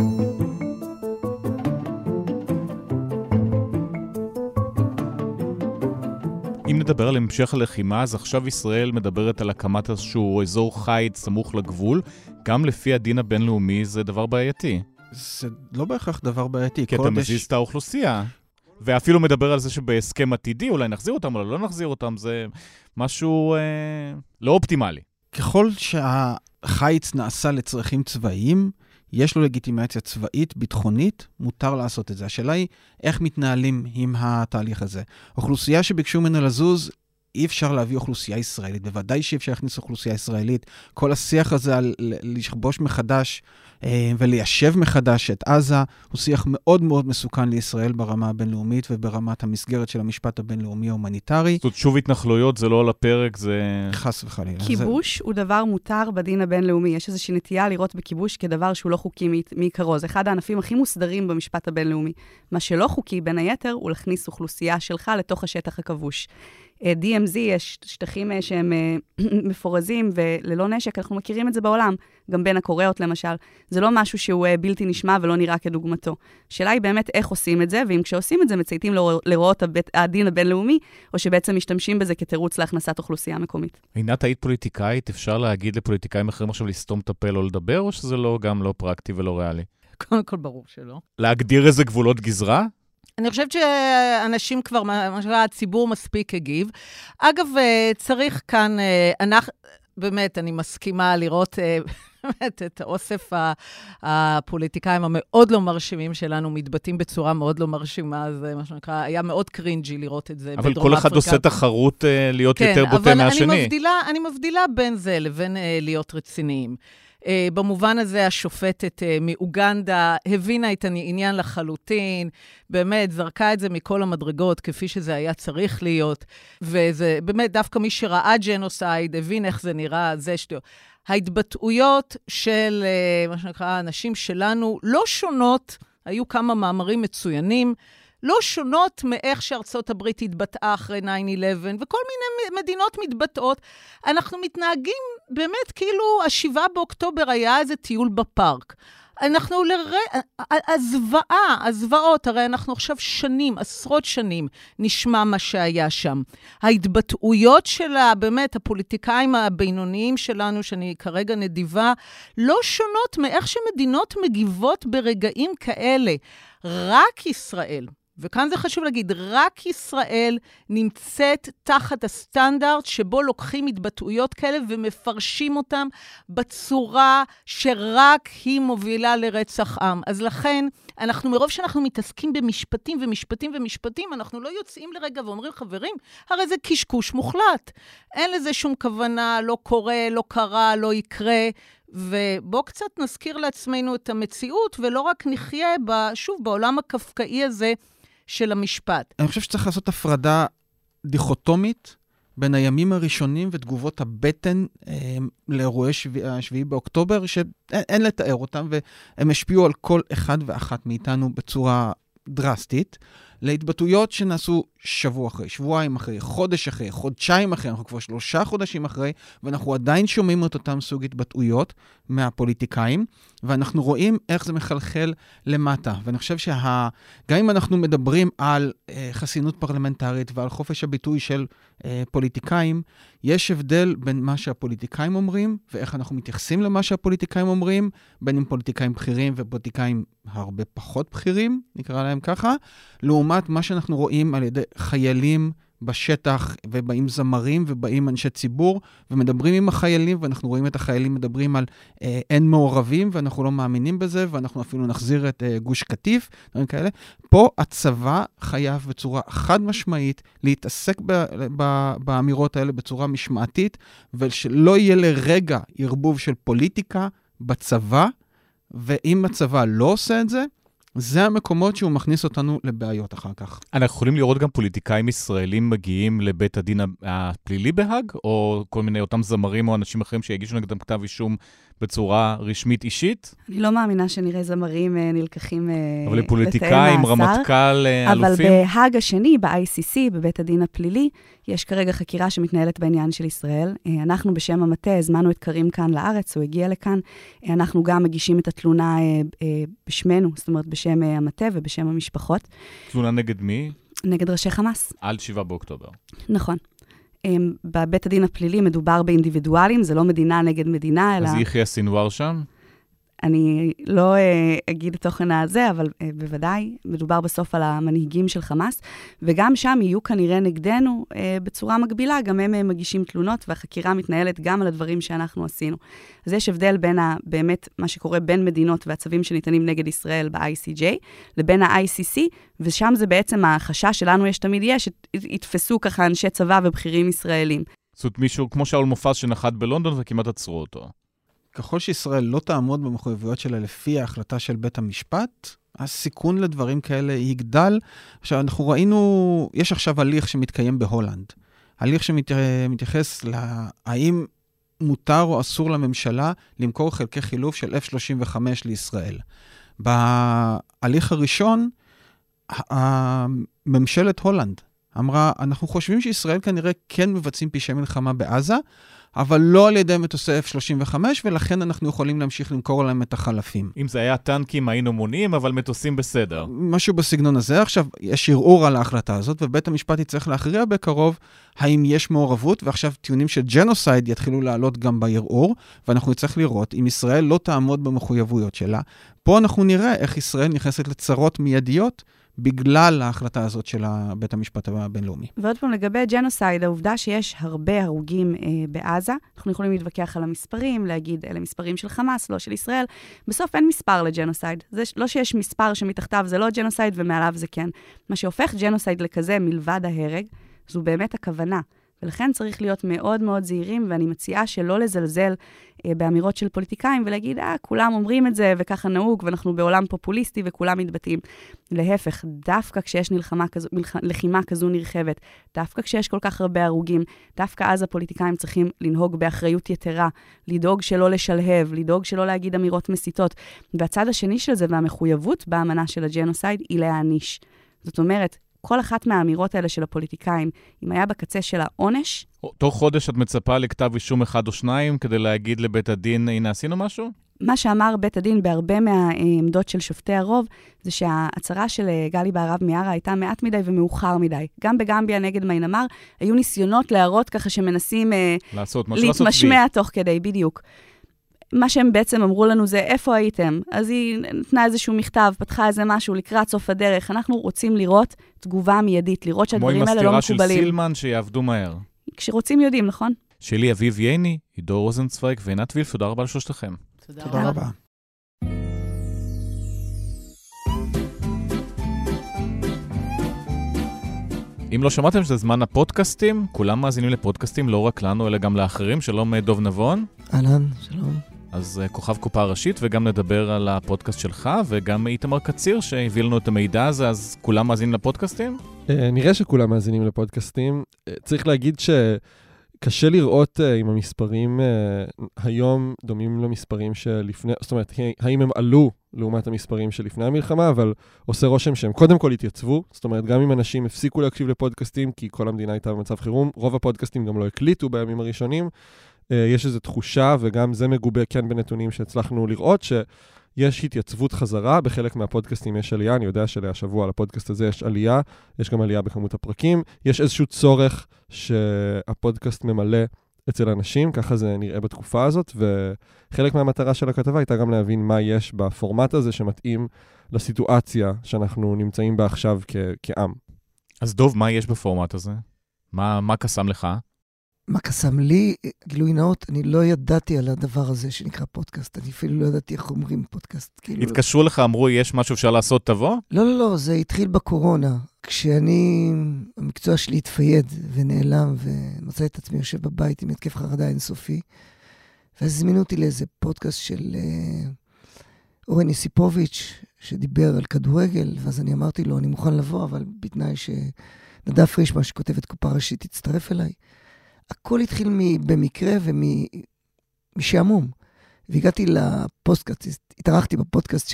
אם נדבר על המשך הלחימה, אז עכשיו ישראל מדברת על הקמת איזשהו אזור חיץ סמוך לגבול. גם לפי הדין הבינלאומי זה דבר בעייתי. זה לא בהכרח דבר בעייתי. כי אתה מזיז את האוכלוסייה. ואפילו מדבר על זה שבהסכם עתידי, אולי נחזיר אותם, או לא נחזיר אותם, זה משהו לא אופטימלי. ככל שהחיץ נעשה לצרכים צבאיים, יש לו לגיטימציה צבאית, ביטחונית, מותר לעשות את זה. השאלה היא איך מתנהלים עם התהליך הזה. אוכלוסייה שביקשו ממנה לזוז, אי אפשר להביא אוכלוסייה ישראלית, בוודאי שאי אפשר להכניס אוכלוסייה ישראלית. כל השיח הזה על לשבוש מחדש וליישב מחדש את עזה, הוא שיח מאוד מאוד מסוכן לישראל ברמה הבינלאומית וברמת המסגרת של המשפט הבינלאומי ההומניטרי. זאת שוב התנחלויות, זה לא על הפרק, זה... חס וחלילה. כיבוש הוא דבר מותר בדין הבינלאומי. יש איזושהי נטייה לראות בכיבוש כדבר שהוא לא חוקי מעיקרו. זה אחד הענפים הכי מוסדרים במשפט הבינלאומי. מה שלא חוקי, בין היתר, הוא להכניס אוכלוסייה שלך לתוך השטח הכבוש. DMZ, יש שטחים שהם מפורזים וללא נשק, אנחנו מכירים את זה בעולם, גם בין הקוריאות למשל. זה לא משהו שהוא בלתי נשמע ולא נראה כדוגמתו. השאלה היא באמת איך עושים את זה, ואם כשעושים את זה מצייתים לראות הדין הבינלאומי, או שבעצם משתמשים בזה כתירוץ להכנסת אוכלוסייה מקומית. עינת, היית פוליטיקאית, אפשר להגיד לפוליטיקאים אחרים עכשיו לסתום את הפה לא לדבר, או שזה גם לא פרקטי ולא ריאלי? קודם כל ברור שלא. להגדיר איזה גבולות גזרה? אני חושבת שאנשים כבר, מה שקרה, הציבור מספיק הגיב. אגב, צריך כאן, באמת, אני מסכימה לראות באמת את האוסף הפוליטיקאים המאוד לא מרשימים שלנו, מתבטאים בצורה מאוד לא מרשימה, זה מה שנקרא, היה מאוד קרינג'י לראות את זה בדרום אפריקה. אבל כל אחד עושה תחרות להיות יותר בוטה מהשני. כן, אבל אני מבדילה בין זה לבין להיות רציניים. במובן הזה השופטת מאוגנדה הבינה את העניין לחלוטין, באמת זרקה את זה מכל המדרגות כפי שזה היה צריך להיות, וזה באמת דווקא מי שראה ג'נוסייד הבין איך זה נראה, זה שטויות. ההתבטאויות של מה שנקרא האנשים שלנו לא שונות, היו כמה מאמרים מצוינים, לא שונות מאיך שארצות הברית התבטאה אחרי 9/11, וכל מיני מדינות מתבטאות. אנחנו מתנהגים באמת כאילו 7 באוקטובר היה איזה טיול בפארק. אנחנו הזוועות, הרי אנחנו עכשיו שנים, עשרות שנים, נשמע מה שהיה שם. ההתבטאויות שלה, באמת, הפוליטיקאים הבינוניים שלנו, שאני כרגע נדיבה, לא שונות מאיך שמדינות מגיבות ברגעים כאלה. רק ישראל, וכאן זה חשוב להגיד, רק ישראל נמצאת תחת הסטנדרט שבו לוקחים התבטאויות כאלה ומפרשים אותם בצורה שרק היא מובילה לרצח עם. אז לכן, מרוב שאנחנו מתעסקים במשפטים ומשפטים ומשפטים, אנחנו לא יוצאים לרגע ואומרים, חברים, הרי זה קשקוש מוחלט. אין לזה שום כוונה, לא קורה, לא קרה, לא יקרה, ובוא קצת נזכיר לעצמנו את המציאות, ולא רק נחיה שוב בעולם הקפקאי הזה, של המשפט. אני חושב שצריך לעשות הפרדה דיכוטומית בין הימים הראשונים ותגובות הבטן לאירועי 7 באוקטובר, שאין לתאר אותם, והם השפיעו על כל אחד ואחת מאיתנו בצורה דרסטית, להתבטאויות שנעשו שבוע אחרי, שבועיים אחרי, חודש אחרי, חודשיים אחרי, אנחנו כבר 3 חודשים אחרי, ואנחנו עדיין שומעים את אותם סוג התבטאויות מהפוליטיקאים, ואנחנו רואים איך זה מחלחל למטה. ואני חושב גם אם אנחנו מדברים על חסינות פרלמנטרית ועל חופש הביטוי של פוליטיקאים, יש הבדל בין מה שהפוליטיקאים אומרים, ואיך אנחנו מתייחסים למה שהפוליטיקאים אומרים, בין אם פוליטיקאים בכירים ופוליטיקאים הרבה פחות בכירים, נקרא להם ככה, לעומת מה שאנחנו רואים על ידי חיילים בשטח, ובאים זמרים, ובאים אנשי ציבור, ומדברים עם החיילים, ואנחנו רואים את החיילים מדברים על אין מעורבים, ואנחנו לא מאמינים בזה, ואנחנו אפילו נחזיר את גוש קטיף, דברים כאלה. פה הצבא חייב בצורה חד משמעית להתעסק באמירות האלה בצורה משמעתית, ושלא יהיה לרגע ערבוב של פוליטיקה בצבא, ואם הצבא לא עושה את זה, זה המקומות שהוא מכניס אותנו לבעיות אחר כך. אנחנו יכולים לראות גם פוליטיקאים ישראלים מגיעים לבית הדין הפלילי בהאג, או כל מיני אותם זמרים או אנשים אחרים שיגישו נגדם כתב אישום בצורה רשמית אישית? אני לא מאמינה שנראה זמרים נלקחים אבל לפוליטיקאים, רמטכ"ל, אלופים? אבל בהאג השני, ב-ICC, בבית הדין הפלילי, יש כרגע חקירה שמתנהלת בעניין של ישראל. אנחנו בשם המטה הזמנו את קרים כאן לארץ, הוא הגיע לכאן. אנחנו גם מגישים את התלונה בשמנו, זאת אומרת בשם המטה ובשם המשפחות. תלונה נגד מי? נגד ראשי חמאס. על 7 באוקטובר. נכון. בבית הדין הפלילי מדובר באינדיבידואלים, זה לא מדינה נגד מדינה, אלא... אז יחיא סינואר שם? אני לא אגיד את תוכן הזה, אבל בוודאי מדובר בסוף על המנהיגים של חמאס, וגם שם יהיו כנראה נגדנו בצורה מקבילה, גם הם מגישים תלונות, והחקירה מתנהלת גם על הדברים שאנחנו עשינו. אז יש הבדל בין באמת מה שקורה בין מדינות והצווים שניתנים נגד ישראל ב-ICJ, לבין ה-ICC, ושם זה בעצם החשש שלנו תמיד יש, יתפסו ככה אנשי צבא ובכירים ישראלים. זאת אומרת, מישהו כמו שאול מופז שנחת בלונדון וכמעט עצרו אותו. ככל שישראל לא תעמוד במחויבויות שלה לפי ההחלטה של בית המשפט, הסיכון לדברים כאלה יגדל. עכשיו, אנחנו ראינו, יש עכשיו הליך שמתקיים בהולנד. הליך שמתייחס להאם מותר או אסור לממשלה למכור חלקי חילוף של F-35 לישראל. בהליך הראשון, ממשלת הולנד אמרה, אנחנו חושבים שישראל כנראה כן מבצעים פשעי מלחמה בעזה, אבל לא על ידי מטוסי F-35, ולכן אנחנו יכולים להמשיך למכור להם את החלפים. אם זה היה טנקים, היינו מונעים, אבל מטוסים בסדר. משהו בסגנון הזה. עכשיו, יש ערעור על ההחלטה הזאת, ובית המשפט יצטרך להכריע בקרוב האם יש מעורבות, ועכשיו טיעונים של ג'נוסייד יתחילו לעלות גם בערעור, ואנחנו נצטרך לראות אם ישראל לא תעמוד במחויבויות שלה. פה אנחנו נראה איך ישראל נכנסת לצרות מיידיות, בגלל ההחלטה הזאת של בית המשפט הבינלאומי. ועוד פעם, לגבי ג'נוסייד, העובדה שיש הרבה הרוגים בעזה, אנחנו יכולים להתווכח על המספרים, להגיד, אלה מספרים של חמאס, לא של ישראל. בסוף אין מספר לג'נוסייד. זה לא שיש מספר שמתחתיו זה לא ג'נוסייד ומעליו זה כן. מה שהופך ג'נוסייד לכזה מלבד ההרג, זו באמת הכוונה. ולכן צריך להיות מאוד מאוד זהירים, ואני מציעה שלא לזלזל באמירות של פוליטיקאים, ולהגיד, כולם אומרים את זה, וככה נהוג, ואנחנו בעולם פופוליסטי, וכולם מתבטאים. להפך, דווקא כשיש לחימה כזו נרחבת, דווקא כשיש כל כך הרבה הרוגים, דווקא אז הפוליטיקאים צריכים לנהוג באחריות יתרה, לדאוג שלא לשלהב, לדאוג שלא להגיד אמירות מסיתות. והצד השני של זה, והמחויבות באמנה של הג'נוסייד, היא להעניש. זאת אומרת, כל אחת מהאמירות האלה של הפוליטיקאים, אם היה בקצה של העונש... תוך חודש את מצפה לכתב אישום אחד או שניים, כדי להגיד לבית הדין, הנה עשינו משהו? מה שאמר בית הדין בהרבה מהעמדות של שופטי הרוב, זה שההצהרה של גלי בהרב מיארה הייתה מעט מדי ומאוחר מדי. גם בגמביה נגד מיינמר, היו ניסיונות להראות ככה שמנסים להתמשמע תוך כדי, בדיוק. מה שהם בעצם אמרו לנו זה, איפה הייתם? אז היא נתנה איזשהו מכתב, פתחה איזה משהו לקראת סוף הדרך. אנחנו רוצים לראות תגובה מיידית, לראות שהדברים האלה לא מקובלים. כמו עם הסתירה של סילמן שיעבדו מהר. כשרוצים יודעים, נכון? שלי אביב ייני, עידו רוזנצוויג ועינת וילף, תודה רבה לשלושתכם. תודה רבה. אם לא שמעתם שזה זמן הפודקאסטים, כולם מאזינים לפודקאסטים, לא רק לנו, אלא גם לאחרים. שלום דוב נבון. אהלן, שלום. אז כוכב קופה ראשית, וגם נדבר על הפודקאסט שלך, וגם איתמר קציר שהביא לנו את המידע הזה, אז כולם מאזינים לפודקאסטים? נראה שכולם מאזינים לפודקאסטים. צריך להגיד שקשה לראות אם המספרים היום דומים למספרים שלפני, זאת אומרת, האם הם עלו לעומת המספרים שלפני המלחמה, אבל עושה רושם שהם קודם כל התייצבו, זאת אומרת, גם אם אנשים הפסיקו להקשיב לפודקאסטים, כי כל המדינה הייתה במצב חירום, רוב הפודקאסטים גם לא הקליטו בימים הראשונים, יש איזו תחושה, וגם זה מגובה כן בנתונים שהצלחנו לראות, שיש התייצבות חזרה, בחלק מהפודקאסטים יש עלייה, אני יודע שלשבוע על הפודקאסט הזה יש עלייה, יש גם עלייה בכמות הפרקים, יש איזשהו צורך שהפודקאסט ממלא אצל אנשים, ככה זה נראה בתקופה הזאת, וחלק מהמטרה של הכתבה הייתה גם להבין מה יש בפורמט הזה שמתאים לסיטואציה שאנחנו נמצאים בה עכשיו כעם. אז דוב, מה יש בפורמט הזה? מה קסם לך? מה קסם לי? גילוי נאות, אני לא ידעתי על הדבר הזה שנקרא פודקאסט, אני אפילו לא ידעתי איך אומרים פודקאסט. התקשרו לך, אמרו, יש משהו אפשר לעשות, תבוא? לא, זה התחיל בקורונה, כשאני, המקצוע שלי התפייד ונעלם, ומצא את עצמי יושב בבית עם התקף חרדה אינסופי, ואז הזמינו אותי לאיזה פודקאסט של אורן יסיפוביץ', שדיבר על כדורגל, ואז אני אמרתי לו, אני מוכן לבוא, אבל בתנאי שנדב פרישמן, שכותב את קופה ראשית, תצטרף אליי. הכל התחיל במקרה ומשעמום. והגעתי לפודקאסט, התארחתי בפודקאסט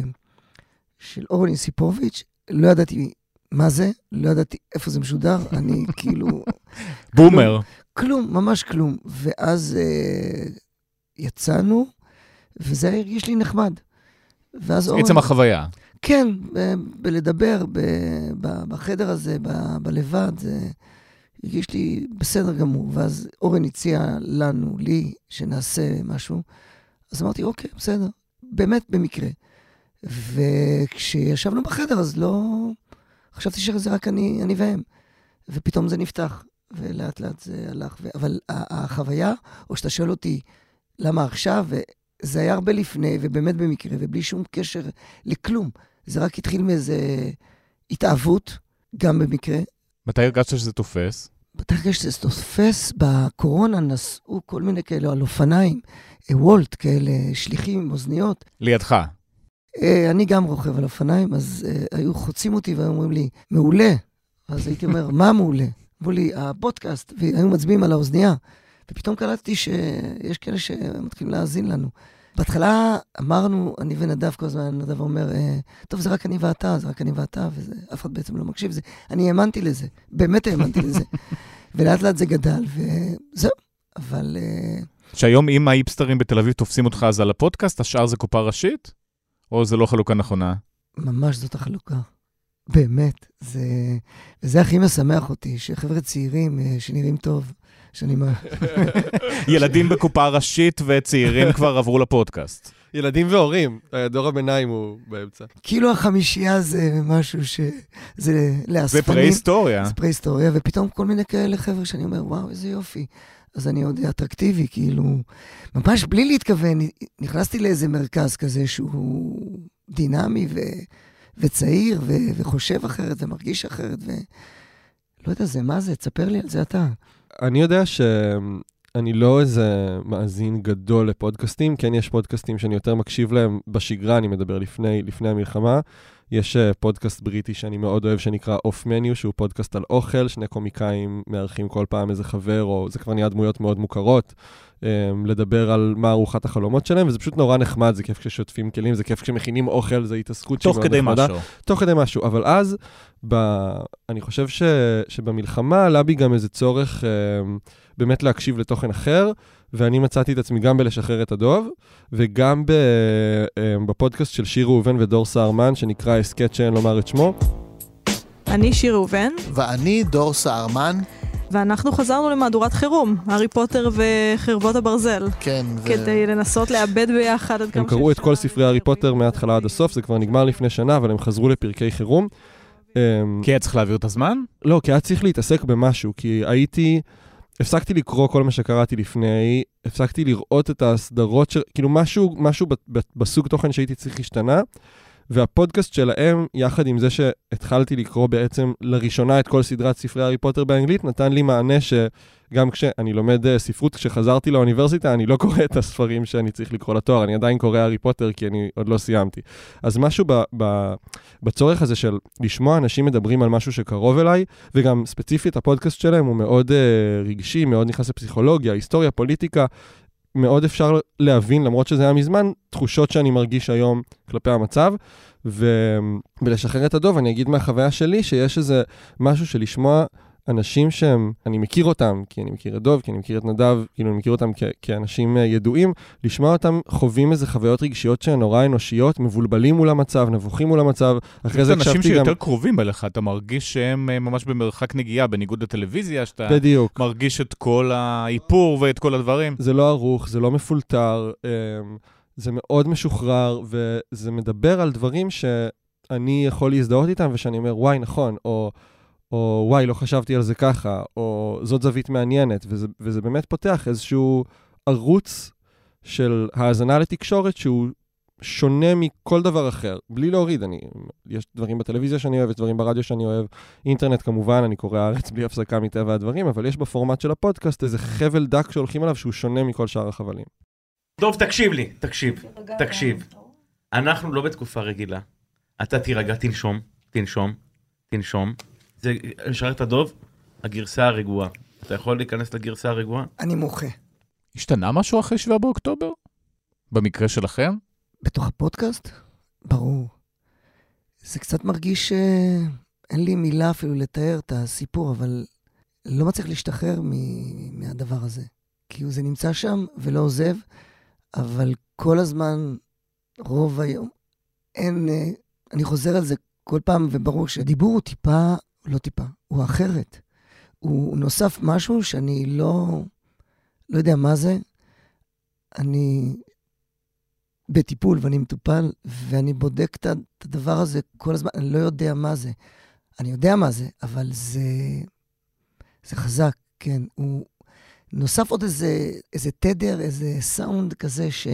של אורן יסיפוביץ', לא ידעתי מה זה, לא ידעתי איפה זה משודר, אני כאילו... בומר. כלום, ממש כלום. ואז יצאנו, וזה הרגיש לי נחמד. עצם החוויה. כן, בלדבר בחדר הזה, בלבד, זה... הרגיש לי בסדר גמור, ואז אורן הציע לנו, לי, שנעשה משהו, אז אמרתי, אוקיי, בסדר, באמת במקרה. וכשישבנו בחדר, אז לא... חשבתי שזה רק אני והם. ופתאום זה נפתח, ולאט לאט זה הלך. אבל החוויה, או שאתה שואל אותי, למה עכשיו, זה היה הרבה לפני, ובאמת במקרה, ובלי שום קשר לכלום. זה רק התחיל מאיזו התאהבות, גם במקרה. מתי הרגשת שזה תופס? בטח שזה תופס, בקורונה נסעו כל מיני כאלה על אופניים, וולט כאלה, שליחים עם אוזניות. לידך. אני גם רוכב על אופניים, אז היו חוצים אותי והיו אומרים לי, מעולה. אז הייתי אומר, מה מעולה? אמרו לי, הפודקאסט, והיו מצביעים על האוזנייה. ופתאום קלטתי שיש כאלה שמתחילים להאזין לנו. בהתחלה אמרנו, אני ונדב כל הזמן, נדב אומר, טוב, זה רק אני ואתה, ואף אחד בעצם לא מקשיב. אני האמנתי לזה, באמת האמנתי לזה. ולאט לאט זה גדל, וזהו. אבל... שהיום אם האיפסטרים בתל אביב תופסים אותך אז על הפודקאסט, השאר זה קופה ראשית? או זה לא חלוקה נכונה? ממש זאת החלוקה. באמת. וזה הכי משמח אותי, שחבר'ה צעירים שנראים טוב, ילדים בקופה ראשית וצעירים כבר עברו לפודקאסט. ילדים והורים, דור הביניים הוא באמצע. כאילו החמישייה זה משהו שזה לאספנים. זה פרה-היסטוריה. זה פרה-היסטוריה, ופתאום כל מיני כאלה חבר'ה שאני אומר, וואו, איזה יופי. אז אני עוד אטרקטיבי, כאילו, ממש בלי להתכוון, נכנסתי לאיזה מרכז כזה שהוא דינמי וצעיר וחושב אחרת ומרגיש אחרת, ולא יודע, זה מה זה? תספר לי על זה אתה. אני יודע שאני לא איזה מאזין גדול לפודקאסטים, כן יש פודקאסטים שאני יותר מקשיב להם בשגרה, אני מדבר לפני המלחמה. יש פודקאסט בריטי שאני מאוד אוהב שנקרא Off Menu, שהוא פודקאסט על אוכל, שני קומיקאים מארחים כל פעם איזה חבר, או זה כבר נהיה דמויות מאוד מוכרות, לדבר על מה ארוחת החלומות שלהם, וזה פשוט נורא נחמד, זה כיף כששוטפים כלים, זה כיף כשמכינים אוכל, זה התעסקות תוך כדי משהו. תוך כדי משהו, אבל אז, אני חושב שבמלחמה עלה בי גם איזה צורך באמת להקשיב לתוכן אחר, ואני מצאתי את עצמי גם בלשחרר את הדוב, וגם בפודקאסט של שיר ראובן ודור סהרמן, שנקרא הסקט שאין לומר את שמו. אני שיר ראובן. ואני דור סהרמן. ואנחנו חזרנו למהדורת חירום, הארי פוטר וחרבות הברזל. כן. כדי לנסות לאבד ביחד עד כמה הם קראו את כל ספרי הארי פוטר מההתחלה עד הסוף, זה כבר נגמר לפני שנה, אבל הם חזרו לפרקי חירום. כי היה צריך להעביר את הזמן? לא, כי היה צריך להתעסק במשהו, כי הפסקתי לקרוא כל מה שקראתי לפני, הפסקתי לראות את הסדרות, כאילו משהו בסוג תוכן שהייתי צריך להשתנה, והפודקאסט שלהם, יחד עם זה שהתחלתי לקרוא בעצם לראשונה את כל סדרת ספרי הארי פוטר באנגלית, נתן לי מענה שגם כשאני לומד ספרות, כשחזרתי לאוניברסיטה, אני לא קורא את הספרים שאני צריך לקרוא לתואר, אני עדיין קורא הארי פוטר כי אני עוד לא סיימתי. אז משהו בצורך הזה של לשמוע אנשים מדברים על משהו שקרוב אליי, וגם ספציפית הפודקאסט שלהם הוא מאוד רגשי, מאוד נכנס לפסיכולוגיה, היסטוריה, פוליטיקה, מאוד אפשר להבין, למרות שזה היה מזמן, תחושות שאני מרגיש היום כלפי המצב, ולשחרר את הדוב, אני אגיד מהחוויה שלי, שיש איזה משהו של לשמוע אנשים שהם, אני מכיר אותם, כי אני מכיר את דוב, כי אני מכיר את נדב, כאילו אני מכיר אותם כאנשים ידועים, לשמוע אותם חווים איזה חוויות רגשיות שהן נורא אנושיות, מבולבלים מול המצב, נבוכים מול המצב, אחרי זה אנשים שיותר קרובים אליך, אתה מרגיש שהם ממש במרחק נגיעה, בניגוד לטלוויזיה, שאתה בדיוק. מרגיש את כל האיפור ואת כל הדברים. זה לא ערוך, זה לא מפולטר, זה מאוד משוחרר, וזה מדבר על דברים שאני יכול להזדהות איתם, ושאני אומר, וואי, נכון, או וואי, לא חשבתי על זה ככה, או זאת זווית מעניינת, וזה באמת פותח איזשהו ערוץ של האזנה לתקשורת שהוא שונה מכל דבר אחר, בלי להוריד. יש דברים בטלוויזיה שאני אוהב, יש דברים ברדיו שאני אוהב, אינטרנט כמובן, אני קורא הארץ בלי הפסקה מטבע הדברים, אבל יש בפורמט של הפודקאסט איזה חבל דק שהולכים עליו שהוא שונה מכל שאר החבלים. טוב, תקשיב לי, תקשיב. אנחנו לא בתקופה רגילה. אתה תירגע, תנשום. זה לשרת את הדוב, הגרסה הרגועה. אתה יכול להיכנס לגרסה הרגועה? אני מוחה. השתנה משהו אחרי 7 באוקטובר? במקרה שלכם? בתוך הפודקאסט? ברור. זה קצת מרגיש שאין לי מילה אפילו לתאר את הסיפור, אבל לא מצליח להשתחרר מהדבר הזה. כי זה נמצא שם ולא עוזב, אבל כל הזמן, רוב היום, אני חוזר על זה כל פעם, וברור שהדיבור הוא טיפה, לא טיפה, הוא אחרת. הוא נוסף משהו שאני לא יודע מה זה. אני בטיפול ואני מטופל, ואני בודק את הדבר הזה כל הזמן, אני לא יודע מה זה. אני יודע מה זה, אבל זה חזק, כן. הוא נוסף עוד איזה תדר, איזה סאונד כזה שהוא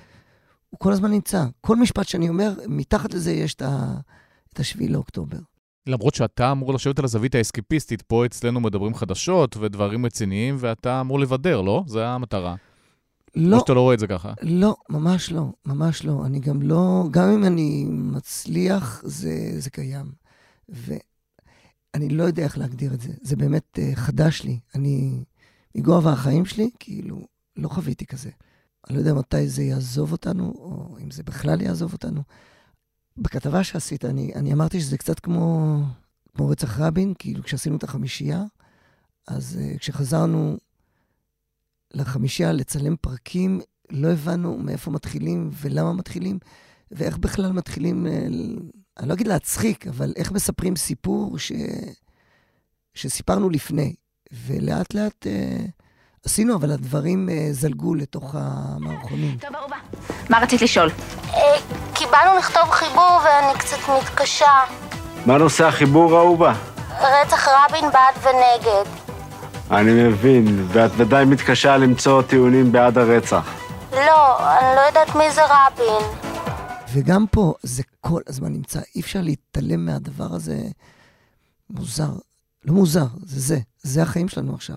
כל הזמן נמצא. כל משפט שאני אומר, מתחת לזה יש את 7 לאוקטובר. למרות שאתה אמור לשבת על הזווית האסקיפיסטית, פה אצלנו מדברים חדשות ודברים רציניים, ואתה אמור לבדר, לא? זה המטרה. לא. או שאתה לא רואה את זה ככה? לא, ממש לא, ממש לא. אני גם לא, גם אם אני מצליח, זה קיים. ואני לא יודע איך להגדיר את זה. זה באמת חדש לי. אני, מגובה החיים שלי, כאילו, לא חוויתי כזה. אני לא יודע מתי זה יעזוב אותנו, או אם זה בכלל יעזוב אותנו. בכתבה שעשית, אני אמרתי שזה קצת כמו רצח רבין, כאילו כשעשינו את החמישייה, אז כשחזרנו לחמישייה לצלם פרקים, לא הבנו מאיפה מתחילים ולמה מתחילים, ואיך בכלל מתחילים, אני לא אגיד להצחיק, אבל איך מספרים סיפור שסיפרנו לפני, ולאט לאט עשינו, אבל הדברים זלגו לתוך המערכונים. טוב, אהובה. מה רצית לשאול? קיבלנו לכתוב חיבור ואני קצת מתקשה. מה נושא החיבור, אהובה? רצח רבין בעד ונגד. אני מבין, ואת ודאי מתקשה למצוא טיעונים בעד הרצח. לא, אני לא יודעת מי זה רבין. וגם פה זה כל הזמן נמצא, אי אפשר להתעלם מהדבר הזה. מוזר, לא מוזר, זה החיים שלנו עכשיו.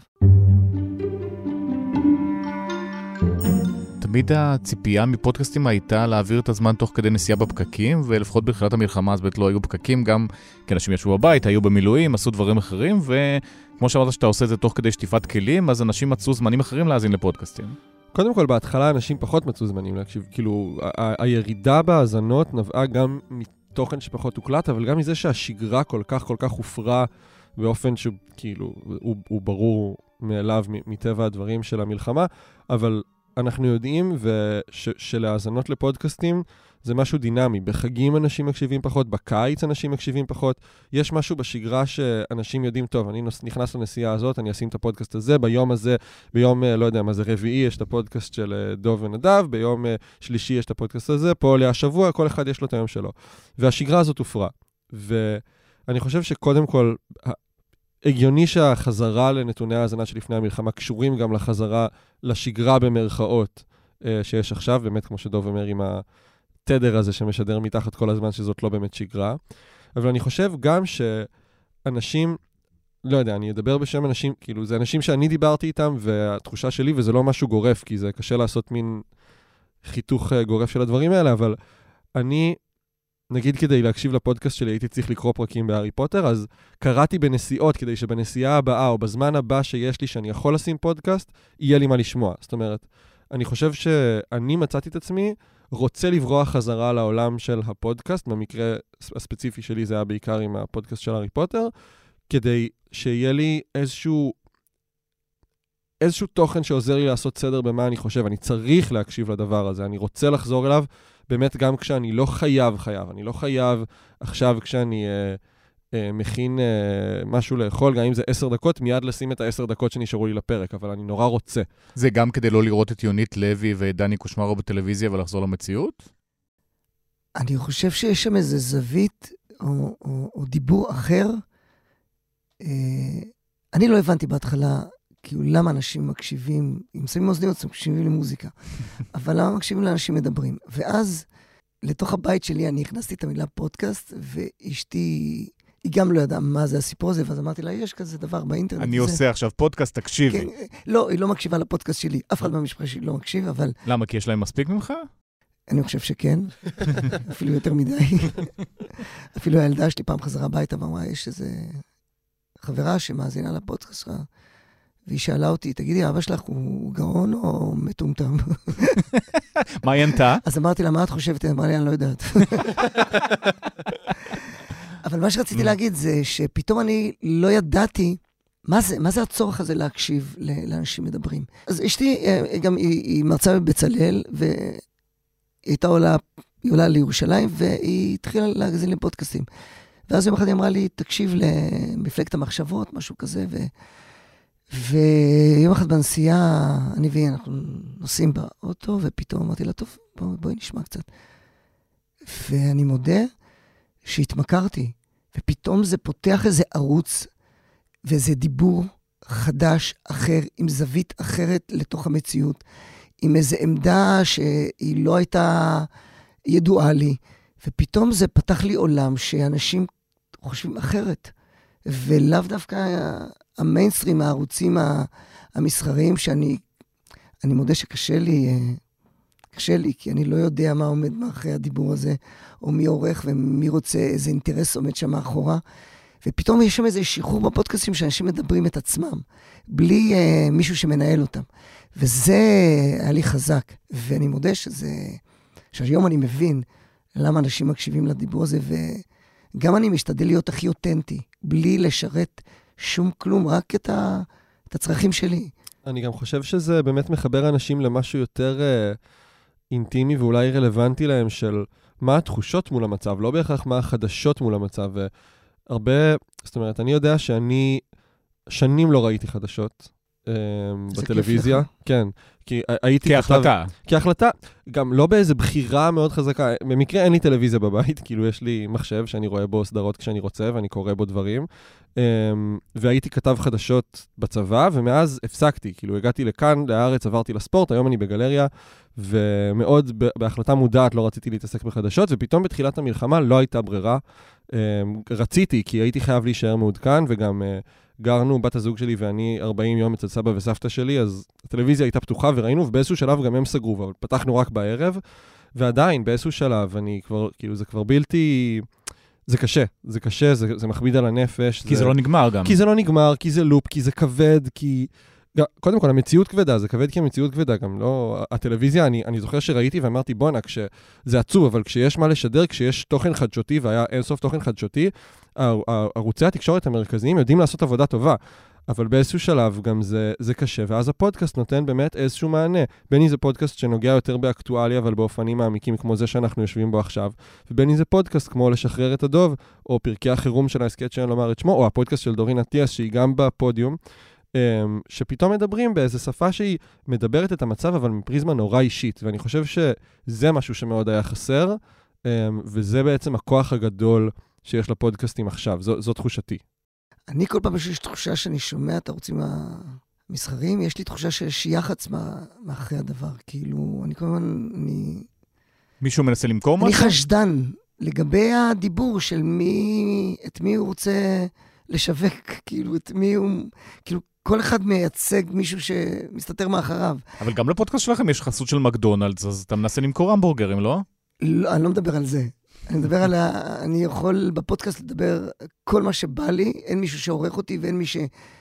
תמיד הציפייה מפודקאסטים הייתה להעביר את הזמן תוך כדי נסיעה בפקקים, ולפחות בתחילת המלחמה אז בית לא היו פקקים, גם כי אנשים ישבו בבית, היו במילואים, עשו דברים אחרים, וכמו שאמרת שאתה עושה את זה תוך כדי שטיפת כלים, אז אנשים מצאו זמנים אחרים להאזין לפודקאסטים. קודם כל, בהתחלה אנשים פחות מצאו זמנים להקשיב, כאילו, הירידה בהאזנות נבעה גם מתוכן שפחות הוקלט, אבל גם מזה שהשגרה כל כך הופרה באופן שכאילו, הוא ברור מאליו מטבע הדברים של המלחמה, אבל אנחנו יודעים שלהאזנות לפודקאסטים זה משהו דינמי. בחגים אנשים מקשיבים פחות, בקיץ אנשים מקשיבים פחות. יש משהו בשגרה שאנשים יודעים, טוב, אני נכנס לנסיעה הזאת, אני אשים את הפודקאסט הזה, ביום הזה, ביום, לא יודע מה זה, רביעי יש את הפודקאסט של דוב ונדב, ביום שלישי יש את הפודקאסט הזה, פה עולה השבוע, כל אחד יש לו את היום שלו. והשגרה הזאת הופרה. ואני חושב שקודם כל, הגיוני שהחזרה לנתוני ההאזנה שלפני המלחמה קשורים גם לחזרה לשגרה במרכאות שיש עכשיו, באמת כמו שדוב אומר עם התדר הזה שמשדר מתחת כל הזמן שזאת לא באמת שגרה. אבל אני חושב גם שאנשים, לא יודע, אני אדבר בשם אנשים, כאילו זה אנשים שאני דיברתי איתם והתחושה שלי, וזה לא משהו גורף, כי זה קשה לעשות מין חיתוך גורף של הדברים האלה, אבל אני נגיד כדי להקשיב לפודקאסט שלי הייתי צריך לקרוא פרקים בהארי פוטר, אז קראתי בנסיעות כדי שבנסיעה הבאה או בזמן הבא שיש לי שאני יכול לשים פודקאסט, יהיה לי מה לשמוע. זאת אומרת, אני חושב שאני מצאתי את עצמי, רוצה לברוח חזרה לעולם של הפודקאסט, במקרה הספציפי שלי זה היה בעיקר עם הפודקאסט של הארי פוטר, כדי שיהיה לי איזשהו תוכן שעוזר לי לעשות סדר במה אני חושב. אני צריך להקשיב לדבר הזה, אני רוצה לחזור אליו, באמת גם כשאני לא חייב, אני לא חייב עכשיו כשאני מכין משהו לאכול, גם אם זה 10 דקות, מיד לשים את ה10 דקות שנשארו לי לפרק, אבל אני נורא רוצה. זה גם כדי לא לראות את יונית לוי ודני קושמרו בטלוויזיה ולחזור למציאות? אני חושב שיש שם איזה זווית או דיבור אחר. אני לא הבנתי בהתחלה, כאילו למה אנשים מקשיבים, אם שמים אוזניות, מקשיבים למוזיקה, אבל למה מקשיבים לאנשים מדברים? ואז לתוך הבית שלי אני הכנסתי את המילה פודקאסט, ואשתי, היא גם לא ידעה מה זה הסיפור הזה, ואז אמרתי לה, יש כזה דבר באינטרנט. אני עושה עכשיו פודקאסט, תקשיבי. כן, לא, היא לא מקשיבה לפודקאסט שלי, אף אחד מהמשפחה שלי לא מקשיב, אבל... למה? כי יש להם מספיק ממך? אני חושב שכן, אפילו יותר מדי. אפילו הילדה שלי פעם חזרה הביתה, ואמרה, יש איזה חברה שמאזינה לפודקאסט שלך, והיא שאלה אותי, תגידי, אבא שלך הוא גאון או מטומטם? מה היא ענתה? אז אמרתי לה, מה את חושבת? אמרה לי, אני לא יודעת. אבל מה שרציתי להגיד זה שפתאום אני לא ידעתי מה זה הצורך הזה להקשיב לאנשים מדברים. אז אשתי, גם היא מרצה בבצלאל, והיא הייתה עולה לירושלים, והיא התחילה להגזין לפודקאסטים. ואז יום אחד היא אמרה לי, תקשיב למפלגת המחשבות, משהו כזה, ויום אחד בנסיעה, אני והיא, אנחנו נוסעים באוטו, ופתאום אמרתי לה, טוב, בואי נשמע קצת. ואני מודה שהתמכרתי, ופתאום זה פותח איזה ערוץ, ואיזה דיבור חדש, אחר, עם זווית אחרת לתוך המציאות, עם איזו עמדה שהיא לא הייתה ידועה לי, ופתאום זה פתח לי עולם שאנשים חושבים אחרת. ולאו דווקא המיינסטרים, הערוצים המסחריים, שאני מודה שקשה לי, כי אני לא יודע מה עומד מאחורי הדיבור הזה, או מי עורך ומי רוצה, איזה אינטרס עומד שם מאחורה. ופתאום יש שם איזה שחרור בפודקאסטים שאנשים מדברים את עצמם, בלי מישהו שמנהל אותם. וזה היה לי חזק. ואני מודה שהיום אני מבין למה אנשים מקשיבים לדיבור הזה, וגם אני משתדל להיות הכי אותנטי, בלי לשרת שום כלום, רק את הצרכים שלי. אני גם חושב שזה באמת מחבר אנשים למשהו יותר אינטימי ואולי רלוונטי להם של מה התחושות מול המצב, לא בהכרח מה החדשות מול המצב. והרבה, זאת אומרת, אני יודע שאני שנים לא ראיתי חדשות בטלוויזיה. כן, כי הייתי... כהחלטה. כהחלטה, גם לא באיזה בחירה מאוד חזקה. במקרה אין לי טלוויזיה בבית, כאילו יש לי מחשב שאני רואה בו סדרות כשאני רוצה ואני קורא בו דברים. והייתי כתב חדשות בצבא, ומאז הפסקתי. כאילו הגעתי לכאן, לארץ, עברתי לספורט, היום אני בגלריה, ומאוד בהחלטה מודעת לא רציתי להתעסק בחדשות, ופתאום בתחילת המלחמה לא הייתה ברירה. רציתי, כי הייתי חייב להישאר מעודכן, וגם גרנו, בת הזוג שלי ואני 40 יום אצל סבא וסבתא שלי, אז הטלוויזיה הייתה פתוחה וראינו, ובאיזשהו שלב גם הם סגרו, אבל פתחנו רק בערב, ועדיין באיזשהו שלב, אני כבר, כאילו זה כבר בלתי... זה קשה, זה מכביד על הנפש. כי זה לא נגמר גם. כי זה לא נגמר, כי זה לופ, כי זה כבד, כי... קודם כל, המציאות כבדה, זה כבד כי המציאות כבדה, גם לא... הטלוויזיה, אני זוכר שראיתי ואמרתי, בואנה, זה עצוב, אבל כשיש מה לשדר, כשיש תוכן חדשותי, והיה אינסוף תוכן חדשותי, ערוצי התקשורת המרכזיים יודעים לעשות עבודה טובה, אבל באיזשהו שלב גם זה קשה, ואז הפודקאסט נותן באמת איזשהו מענה, בין אם זה פודקאסט שנוגע יותר באקטואליה, אבל באופנים מעמיקים כמו זה שאנחנו יושבים בו עכשיו, ובין אם זה פודקאסט כמו לשחרר את הדוב, או פרקי החירום של ההסכת שאין לומר את שמו, או הפודקאסט של דורין אטיאס, שהיא גם בפודיום, שפתאום מדברים באיזו שפה שהיא מדברת את המצב, אבל מפריזמה נורא אישית, ואני חושב שזה משהו שמאוד היה חסר, וזה בעצם הכוח הגדול שיש לפודקאסטים עכשיו, זו תחושתי. אני כל פעם שיש תחושה שאני שומע את הערוצים המסחריים, יש לי תחושה שיש יח"צ מאחרי הדבר, כאילו, אני כל הזמן, מישהו מנסה למכור משהו? אני חשדן לגבי הדיבור של את מי הוא רוצה לשווק, כאילו, את מי הוא, כאילו, כל אחד מייצג מישהו שמסתתר מאחריו. אבל גם לפודקאסט שלכם יש חסות של מקדונלדס, אז אתה מנסה למכור המבורגרים, לא? לא, אני לא מדבר על זה. אני מדבר על אני יכול בפודקאסט לדבר כל מה שבא לי, אין מישהו שעורך אותי ואין מי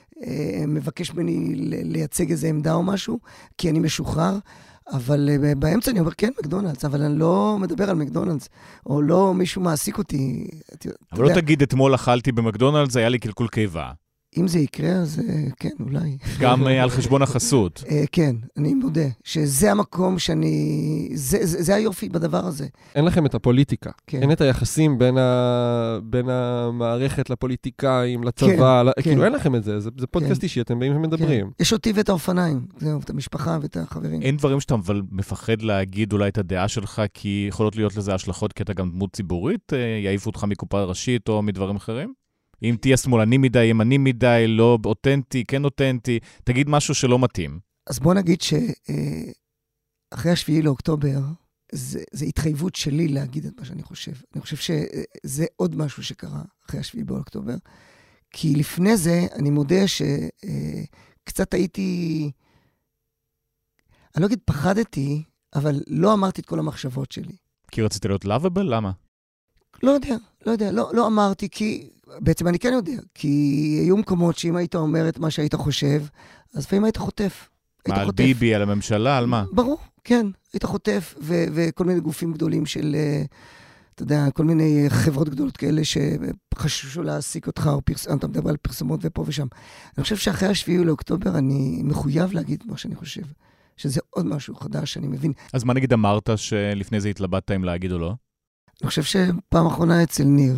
שמבקש ממני לייצג איזה עמדה או משהו, כי אני משוחרר, אבל באמצע אני אומר, כן, מקדונלדס, אבל אני לא מדבר על מקדונלדס, או לא מישהו מעסיק אותי. אבל לא תגיד, אתמול אכלתי במקדונלדס, היה לי קלקול קיבה. אם זה יקרה, אז כן, אולי. גם על חשבון החסות. כן, אני מודה, שזה המקום שאני... זה היופי בדבר הזה. אין לכם את הפוליטיקה. אין את היחסים בין המערכת לפוליטיקאים, לצבא, כאילו אין לכם את זה. זה פודקאסט אישי, אתם באים ומדברים. יש אותי ואת האופניים, את המשפחה ואת החברים. אין דברים שאתה אבל מפחד להגיד אולי את הדעה שלך, כי יכולות להיות לזה השלכות, כי אתה גם דמות ציבורית, יעיפו אותך מקופה ראשית או מדברים אחרים? אם תהיה שמאלני מדי, ימני מדי, לא אותנטי, כן אותנטי, תגיד משהו שלא מתאים. אז בוא נגיד שאחרי השביעי לאוקטובר, זה התחייבות שלי להגיד את מה שאני חושב. אני חושב שזה עוד משהו שקרה אחרי השביעי באוקטובר, כי לפני זה אני מודה שקצת הייתי, אני לא אגיד פחדתי, אבל לא אמרתי את כל המחשבות שלי. כי רציתי להיות לאביבל? למה? לא יודע, לא אמרתי, כי בעצם אני כן יודע, כי היו מקומות שאם היית אומר את מה שהיית חושב, אז לפעמים היית חוטף. מה, על ביבי, על הממשלה, על מה? ברור, כן, היית חוטף, וכל מיני גופים גדולים של, אתה יודע, כל מיני חברות גדולות כאלה שחששו להעסיק אותך, או אתה מדבר על פרסומות ופה ושם. אני חושב שאחרי השביעי לאוקטובר אני מחויב להגיד מה שאני חושב, שזה עוד משהו חדש שאני מבין. אז מה נגיד אמרת שלפני זה התלבטת אם להגיד או לא? אני חושב שפעם אחרונה אצל ניר,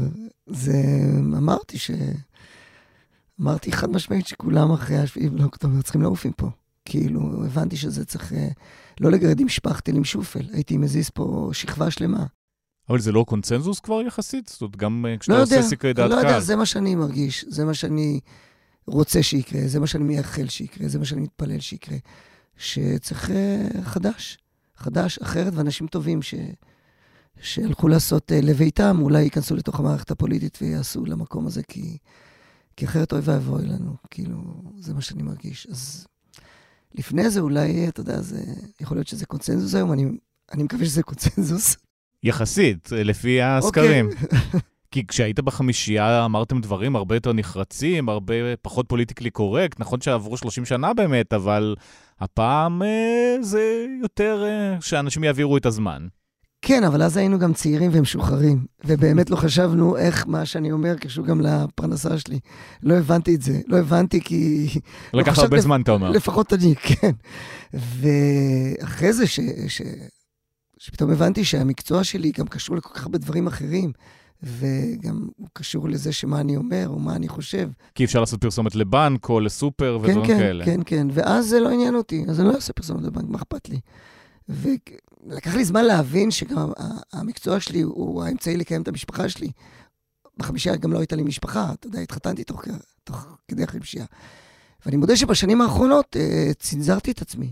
אמרתי חד משמעית שכולם אחרי השביעי לאוקטובר צריכים לעוף פה. כאילו, הבנתי שזה צריך לא לגרד עם שפכתל, עם שופל. הייתי מזיז פה שכבה שלמה. אבל זה לא קונצנזוס כבר יחסית? זאת אומרת, גם כשאתה עושה סקרי דעת קהל. לא יודע, זה מה שאני מרגיש, זה מה שאני רוצה שיקרה, זה מה שאני מייחל שיקרה, זה מה שאני מתפלל שיקרה. שצריך חדש, אחרת, ואנשים טובים שהלכו לעשות לביתם, אולי ייכנסו לתוך המערכת הפוליטית ויעשו למקום הזה, כי אחרת אוי ואבוי לנו, כאילו, זה מה שאני מרגיש. אז לפני זה אולי, אתה יודע, יכול להיות שזה קונצנזוס היום, אני מקווה שזה קונצנזוס. יחסית, לפי הסקרים. כי כשהיית בחמישייה אמרתם דברים הרבה יותר נחרצים, הרבה פחות פוליטיקלי קורקט, נכון שעברו 30 שנה באמת, אבל הפעם זה יותר שאנשים יעבירו את הזמן. כן, אבל אז היינו גם צעירים ומשוחררים, ובאמת לא חשבנו איך מה שאני אומר קשור גם לפרנסה שלי. לא הבנתי את זה, לא הבנתי כי... לקח הרבה זמן, אתה אומר. לפחות אני, כן. ואחרי זה שפתאום הבנתי שהמקצוע שלי גם קשור לכל כך הרבה דברים אחרים, וגם הוא קשור לזה שמה אני אומר או מה אני חושב. כי אפשר לעשות פרסומת לבנק או לסופר ודברים כאלה. כן, כן, ואז זה לא עניין אותי, אז אני לא אעשה פרסומת לבנק, מה אכפת לי? ולקח לי זמן להבין שגם המקצוע שלי הוא האמצעי לקיים את המשפחה שלי. בחמישייה גם לא הייתה לי משפחה, אתה יודע, התחתנתי תוך כדי החמישייה. ואני מודה שבשנים האחרונות צנזרתי את עצמי.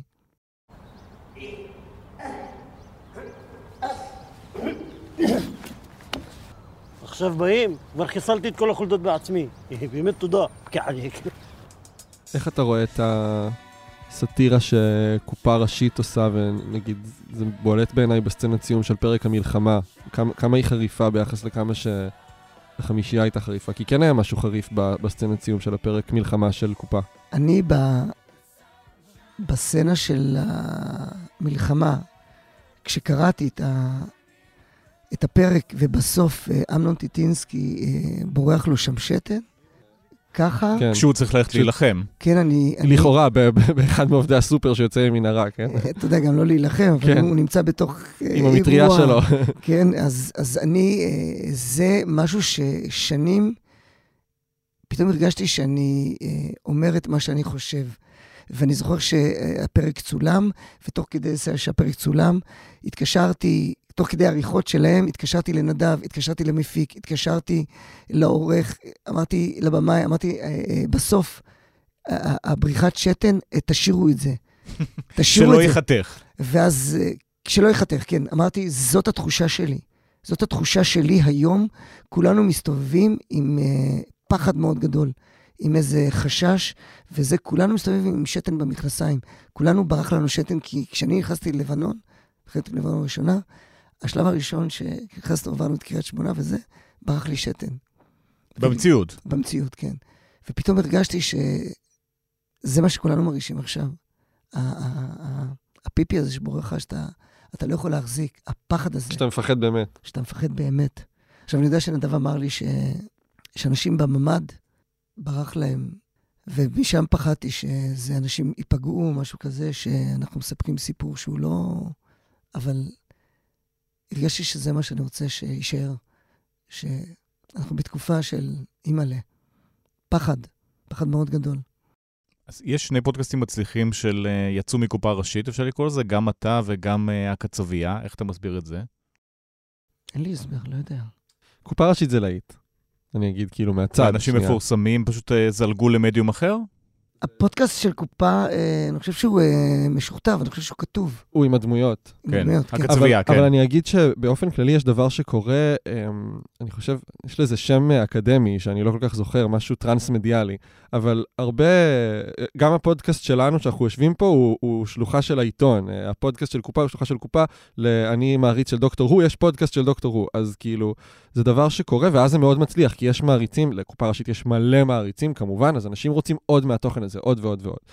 עכשיו באים, כבר חיסלתי את כל החולדות בעצמי. באמת תודה. איך אתה רואה את הסאטירה שקופה ראשית עושה, ונגיד, זה בולט בעיניי בסצנת סיום של פרק המלחמה, כמה היא חריפה ביחס לכמה שהחמישייה הייתה חריפה? כי כן היה משהו חריף בסצנת סיום של הפרק מלחמה של קופה. אני בסצנה של המלחמה, כשקראתי את הפרק, ובסוף אמנון טיטינסקי בורח לו שם שתן, ככה... כן. כשהוא צריך ללכת להילחם. כן, אני... לכאורה, באחד מעובדי הסופר שיוצא ממנהרה, כן? אתה יודע, גם לא להילחם, אבל הוא נמצא בתוך עם המטריה שלו. כן, אז אני... זה משהו ששנים... פתאום הרגשתי שאני אומר את מה שאני חושב. ואני זוכר שהפרק צולם, ותוך כדי שהפרק צולם, התקשרתי... תוך כדי העריכות שלהם, התקשרתי לנדב, התקשרתי למפיק, התקשרתי לעורך, אמרתי לבמאי, אמרתי, בסוף, הבריחת שתן, תשאירו את זה. שלא יחתך. ואז, שלא יחתך, כן. אמרתי, זאת התחושה שלי. זאת התחושה שלי היום. כולנו מסתובבים עם פחד מאוד גדול, עם איזה חשש, וזה, כולנו מסתובבים עם שתן במכנסיים. כולנו ברח לנו שתן, כי כשאני נכנסתי ללבנון, אחרי לבנון הראשונה, השלב הראשון שנכנסנו, עברנו את קריית שמונה, וזה ברח לי שתן. במציאות. במציאות, כן. ופתאום הרגשתי שזה מה שכולנו מרגישים עכשיו. הפיפי הזה שבורח, שאתה לא יכול להחזיק, הפחד הזה. שאתה מפחד באמת. שאתה מפחד באמת. עכשיו, אני יודע שנדב אמר לי שאנשים בממד ברח להם, ומשם פחדתי שזה אנשים ייפגעו, משהו כזה, שאנחנו מספרים סיפור שהוא לא... אבל הרגשתי שזה מה שאני רוצה שישאר, שאנחנו בתקופה של אימאלה. פחד מאוד גדול. אז יש שני פודקאסטים מצליחים של יצאו מקופה ראשית, אפשר לקרוא לזה, גם אתה וגם הקצבייה. איך אתה מסביר את זה? אין לי הסבר, לא יודע. קופה ראשית זה להיט. אני אגיד כאילו מהצד. אנשים מפורסמים פשוט זלגו למדיום אחר? הפודקאסט של קופה, אני חושב שהוא משוכתב, אני חושב שהוא כתוב. הוא עם הדמויות. כן, הקצבייה, כן. אבל אני אגיד שבאופן כללי יש דבר שקורה, אני חושב, יש לזה שם אקדמי, שאני לא כל כך זוכר, משהו טרנס-מדיאלי, אבל הרבה, גם הפודקאסט שלנו שאנחנו יושבים פה, הוא שלוחה של העיתון. הפודקאסט של קופה הוא שלוחה של קופה, אני מעריץ של דוקטור הו, יש פודקאסט של דוקטור הו, אז כאילו, זה דבר שקורה, ואז זה מאוד מצליח, כי יש מעריצים, לקופה ראשית יש מלא מעריצים, כמובן, אז אנשים רוצים עוד מהתוכן הזה, עוד ועוד ועוד.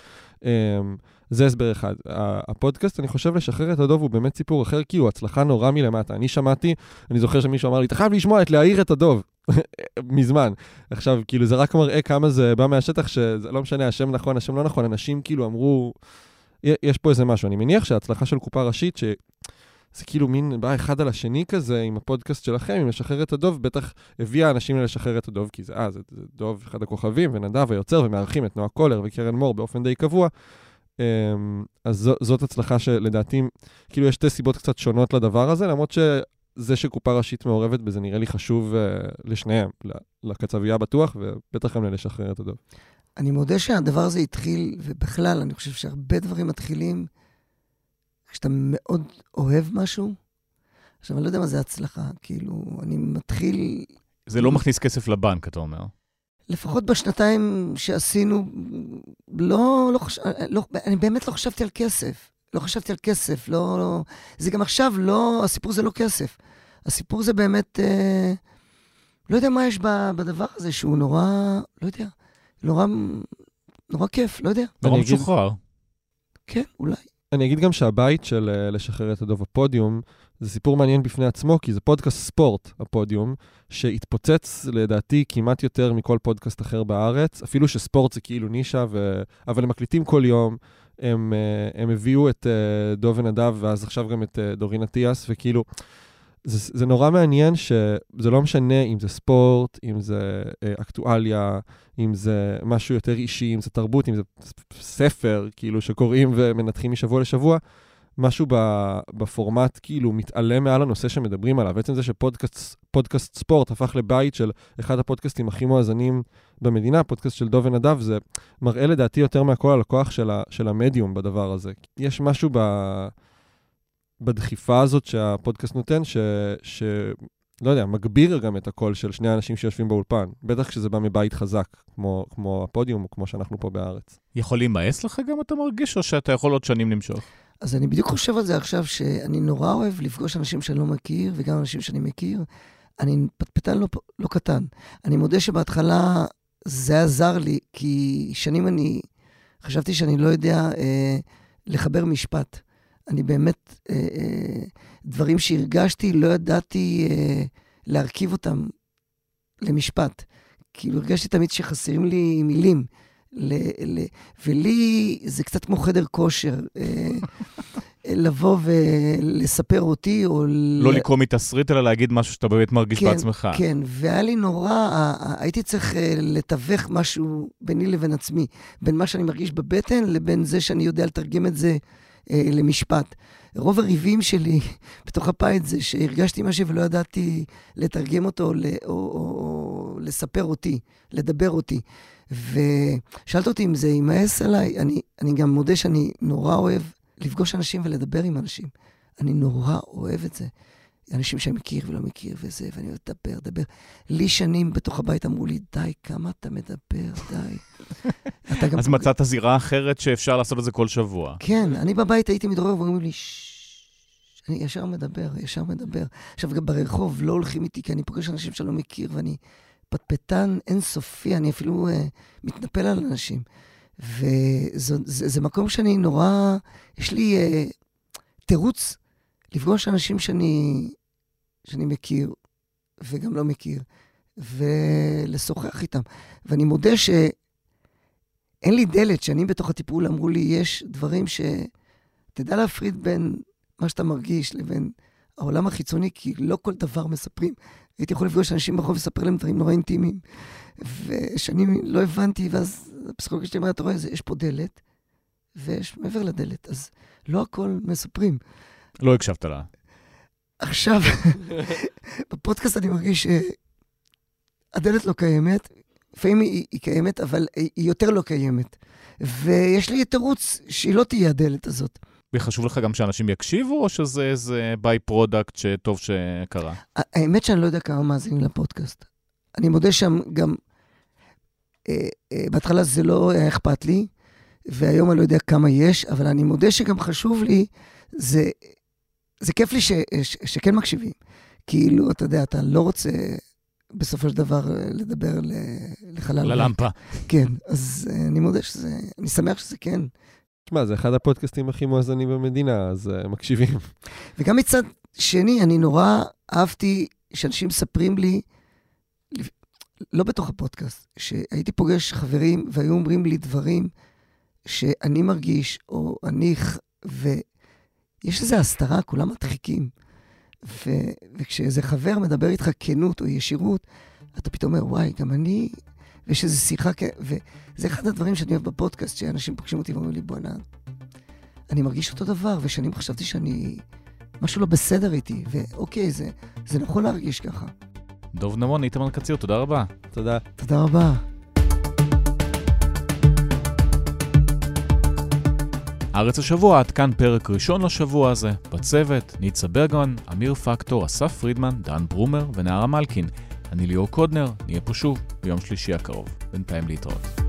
זה הסבר אחד. הפודקאסט, אני חושב, לשחרר את הדוב, הוא באמת סיפור אחר, כי הוא הצלחה נורא מלמטה. אני שמעתי, אני זוכר שמישהו אמר לי, אתה חייב לשמוע את להעיר את הדוב. מזמן. עכשיו, כאילו, זה רק מראה כמה זה בא מהשטח, שזה לא משנה, השם נכון, השם לא נכון. אנשים כאילו אמרו, יש פה איזה משהו. אני מניח שההצלחה של קופה ראשית, זה כאילו מין בא אחד על השני כזה, עם הפודקאסט שלכם, עם לשחרר את הדוב, בטח הביאה אנשים לשחרר את הדוב, כי זה דוב אחד הכוכבים, ונדב היוצר, ומארחים את נועה קולר וקרן מור באופן די קבוע. אז זאת הצלחה שלדעתי, כאילו יש שתי סיבות קצת שונות לדבר הזה, למרות שזה שקופה ראשית מעורבת בזה נראה לי חשוב לשניהם, לקצבייה בטוח, ובטח גם לשחרר את הדוב. אני מודה שהדבר הזה התחיל, ובכלל אני חושב שהרבה דברים מתחילים, כשאתה מאוד אוהב משהו, עכשיו, אני לא יודע מה זה הצלחה, כאילו, אני מתחיל... זה לא מכניס כסף לבנק, אתה אומר. לפחות בשנתיים שעשינו, אני באמת לא חשבתי על כסף. לא חשבתי על כסף, זה גם עכשיו הסיפור זה לא כסף. הסיפור זה באמת, לא יודע מה יש בדבר הזה, שהוא נורא, לא יודע, נורא כיף, לא יודע. נורא משוחרר. כן, אולי. אני אגיד גם שהבית של לשחרר את הדוב הפודיום, זה סיפור מעניין בפני עצמו, כי זה פודקאסט ספורט, הפודיום, שהתפוצץ לדעתי כמעט יותר מכל פודקאסט אחר בארץ, אפילו שספורט זה כאילו נישה, אבל הם מקליטים כל יום, הם הביאו את דוב ונדב, ואז עכשיו גם את דורין אטיאס, וכאילו, זה נורא מעניין שזה לא משנה אם זה ספורט, אם זה אקטואליה, אם זה משהו יותר אישי, אם זה תרבות, אם זה ספר, כאילו שקוראים ומנתחים משבוע לשבוע, משהו בפורמט כאילו מתעלם מעל הנושא שמדברים עליו. בעצם זה שפודקאסט ספורט הפך לבית של אחד הפודקאסטים הכי מואזנים במדינה, פודקאסט של דוב ונדב, זה מראה לדעתי יותר מהכל על הכוח של המדיום בדבר הזה. יש משהו בדחיפה הזאת שהפודקאסט נותן, לא יודע, מגביר גם את הקול של שני האנשים שיושבים באולפן. בטח כשזה בא מבית חזק, כמו הפודיום, או כמו שאנחנו פה בארץ. יכול להימאס לך גם אתה מרגיש, או שאתה יכול עוד שנים למשוך? אז אני בדיוק חושב על זה עכשיו, שאני נורא אוהב לפגוש אנשים שאני לא מכיר, וגם אנשים שאני מכיר. אני פטפטן לא קטן. אני מודה שבהתחלה זה עזר לי, כי שנים אני חשבתי שאני לא יודע לחבר משפט. אני באמת, דברים שהרגשתי, לא ידעתי להרכיב אותם למשפט. כאילו הרגשתי תמיד שחסרים לי מילים. ולי זה קצת כמו חדר כושר, לבוא ולספר אותי, או... לא לקרוא מתסריט, אלא להגיד משהו שאתה באמת מרגיש בעצמך. כן, והיה לי נורא, הייתי צריך לתווך משהו ביני לבין עצמי, בין מה שאני מרגיש בבטן, לבין זה שאני יודע לתרגם את זה למשפט. רוב הריבים שלי בתוך הבית זה שהרגשתי משהו ולא ידעתי לתרגם אותו, או לספר אותי, לדבר אותי. ושאלת אותי אם זה יימאס עליי, אני גם מודה שאני נורא אוהב לפגוש אנשים ולדבר עם אנשים. אני נורא אוהב את זה. אנשים שאני מכיר ולא מכיר וזה, ואני אוהב לדבר. לי שנים בתוך הבית אמרו לי, די, כמה אתה מדבר, די. אז מצאת זירה אחרת שאפשר לעשות את זה כל שבוע. כן, אני בבית הייתי מתעורר ואומרים לי, אני ישר מדבר. עכשיו גם ברחוב לא הולכים איתי, כי אני פוגש אנשים שאני לא מכיר, ואני פטפטן אינסופי, אני אפילו מתנפל על אנשים. וזה מקום שאני נורא, יש לי תירוץ לפגוש אנשים שאני מכיר וגם לא מכיר, ולשוחח איתם. ואני מודה שאין לי דלת, שאני בתוך הטיפול אמרו לי, יש דברים שתדע להפריד בין מה שאתה מרגיש לבין העולם החיצוני, כי לא כל דבר מספרים. הייתי יכול לפגוש אנשים ברחוב ולספר להם דברים נורא אינטימיים, ושאני לא הבנתי, ואז הפסיכולוגיה שלי אמרה, אתה רואה, יש פה דלת, ויש מעבר לדלת, אז לא הכל מספרים. לא הקשבת לה. עכשיו, בפודקאסט אני מרגיש שהדלת לא קיימת, לפעמים היא קיימת, אבל היא יותר לא קיימת. ויש לי תירוץ שהיא לא תהיה הדלת הזאת. וחשוב לך גם שאנשים יקשיבו, או שזה איזה ביי פרודקט שטוב שקרה? האמת שאני לא יודע כמה מאזינים לפודקאסט. אני מודה שם גם, בהתחלה זה לא היה אכפת לי, והיום אני לא יודע כמה יש, אבל אני מודה שגם חשוב לי, זה כיף לי שכן מקשיבים. כאילו, אתה יודע, אתה לא רוצה בסופו של דבר לדבר לחלל. ללמפה. כן, אז אני מודה אני שמח שזה כן. תשמע, זה אחד הפודקאסטים הכי מואזנים במדינה, אז מקשיבים. וגם מצד שני, אני נורא אהבתי שאנשים מספרים לי, לא בתוך הפודקאסט, שהייתי פוגש חברים והיו אומרים לי דברים שאני מרגיש, או ויש איזו הסתרה, כולם מדחיקים. וכשאיזה חבר מדבר איתך כנות או ישירות, אתה פתאום אומר, וואי, גם אני... ויש איזו שיחה, וזה אחד הדברים שאני אוהב בפודקאסט, שאנשים פוגשים אותי ואומרים לי, בוא'נה, אני מרגיש אותו דבר, ושנים חשבתי שאני... משהו לא בסדר איתי, ואוקיי, זה נכון להרגיש ככה. דוב נמון, איתמר קציר, תודה רבה. תודה. תודה רבה. הארץ השבוע, עד כאן פרק ראשון לשבוע הזה. בצוות, ניצה ברגמן, אמיר פקטור, אסף פרידמן, דן ברומר ונערה מלכין. אני ליאור קודנר, נהיה פה שוב ביום שלישי הקרוב. בינתיים להתראות.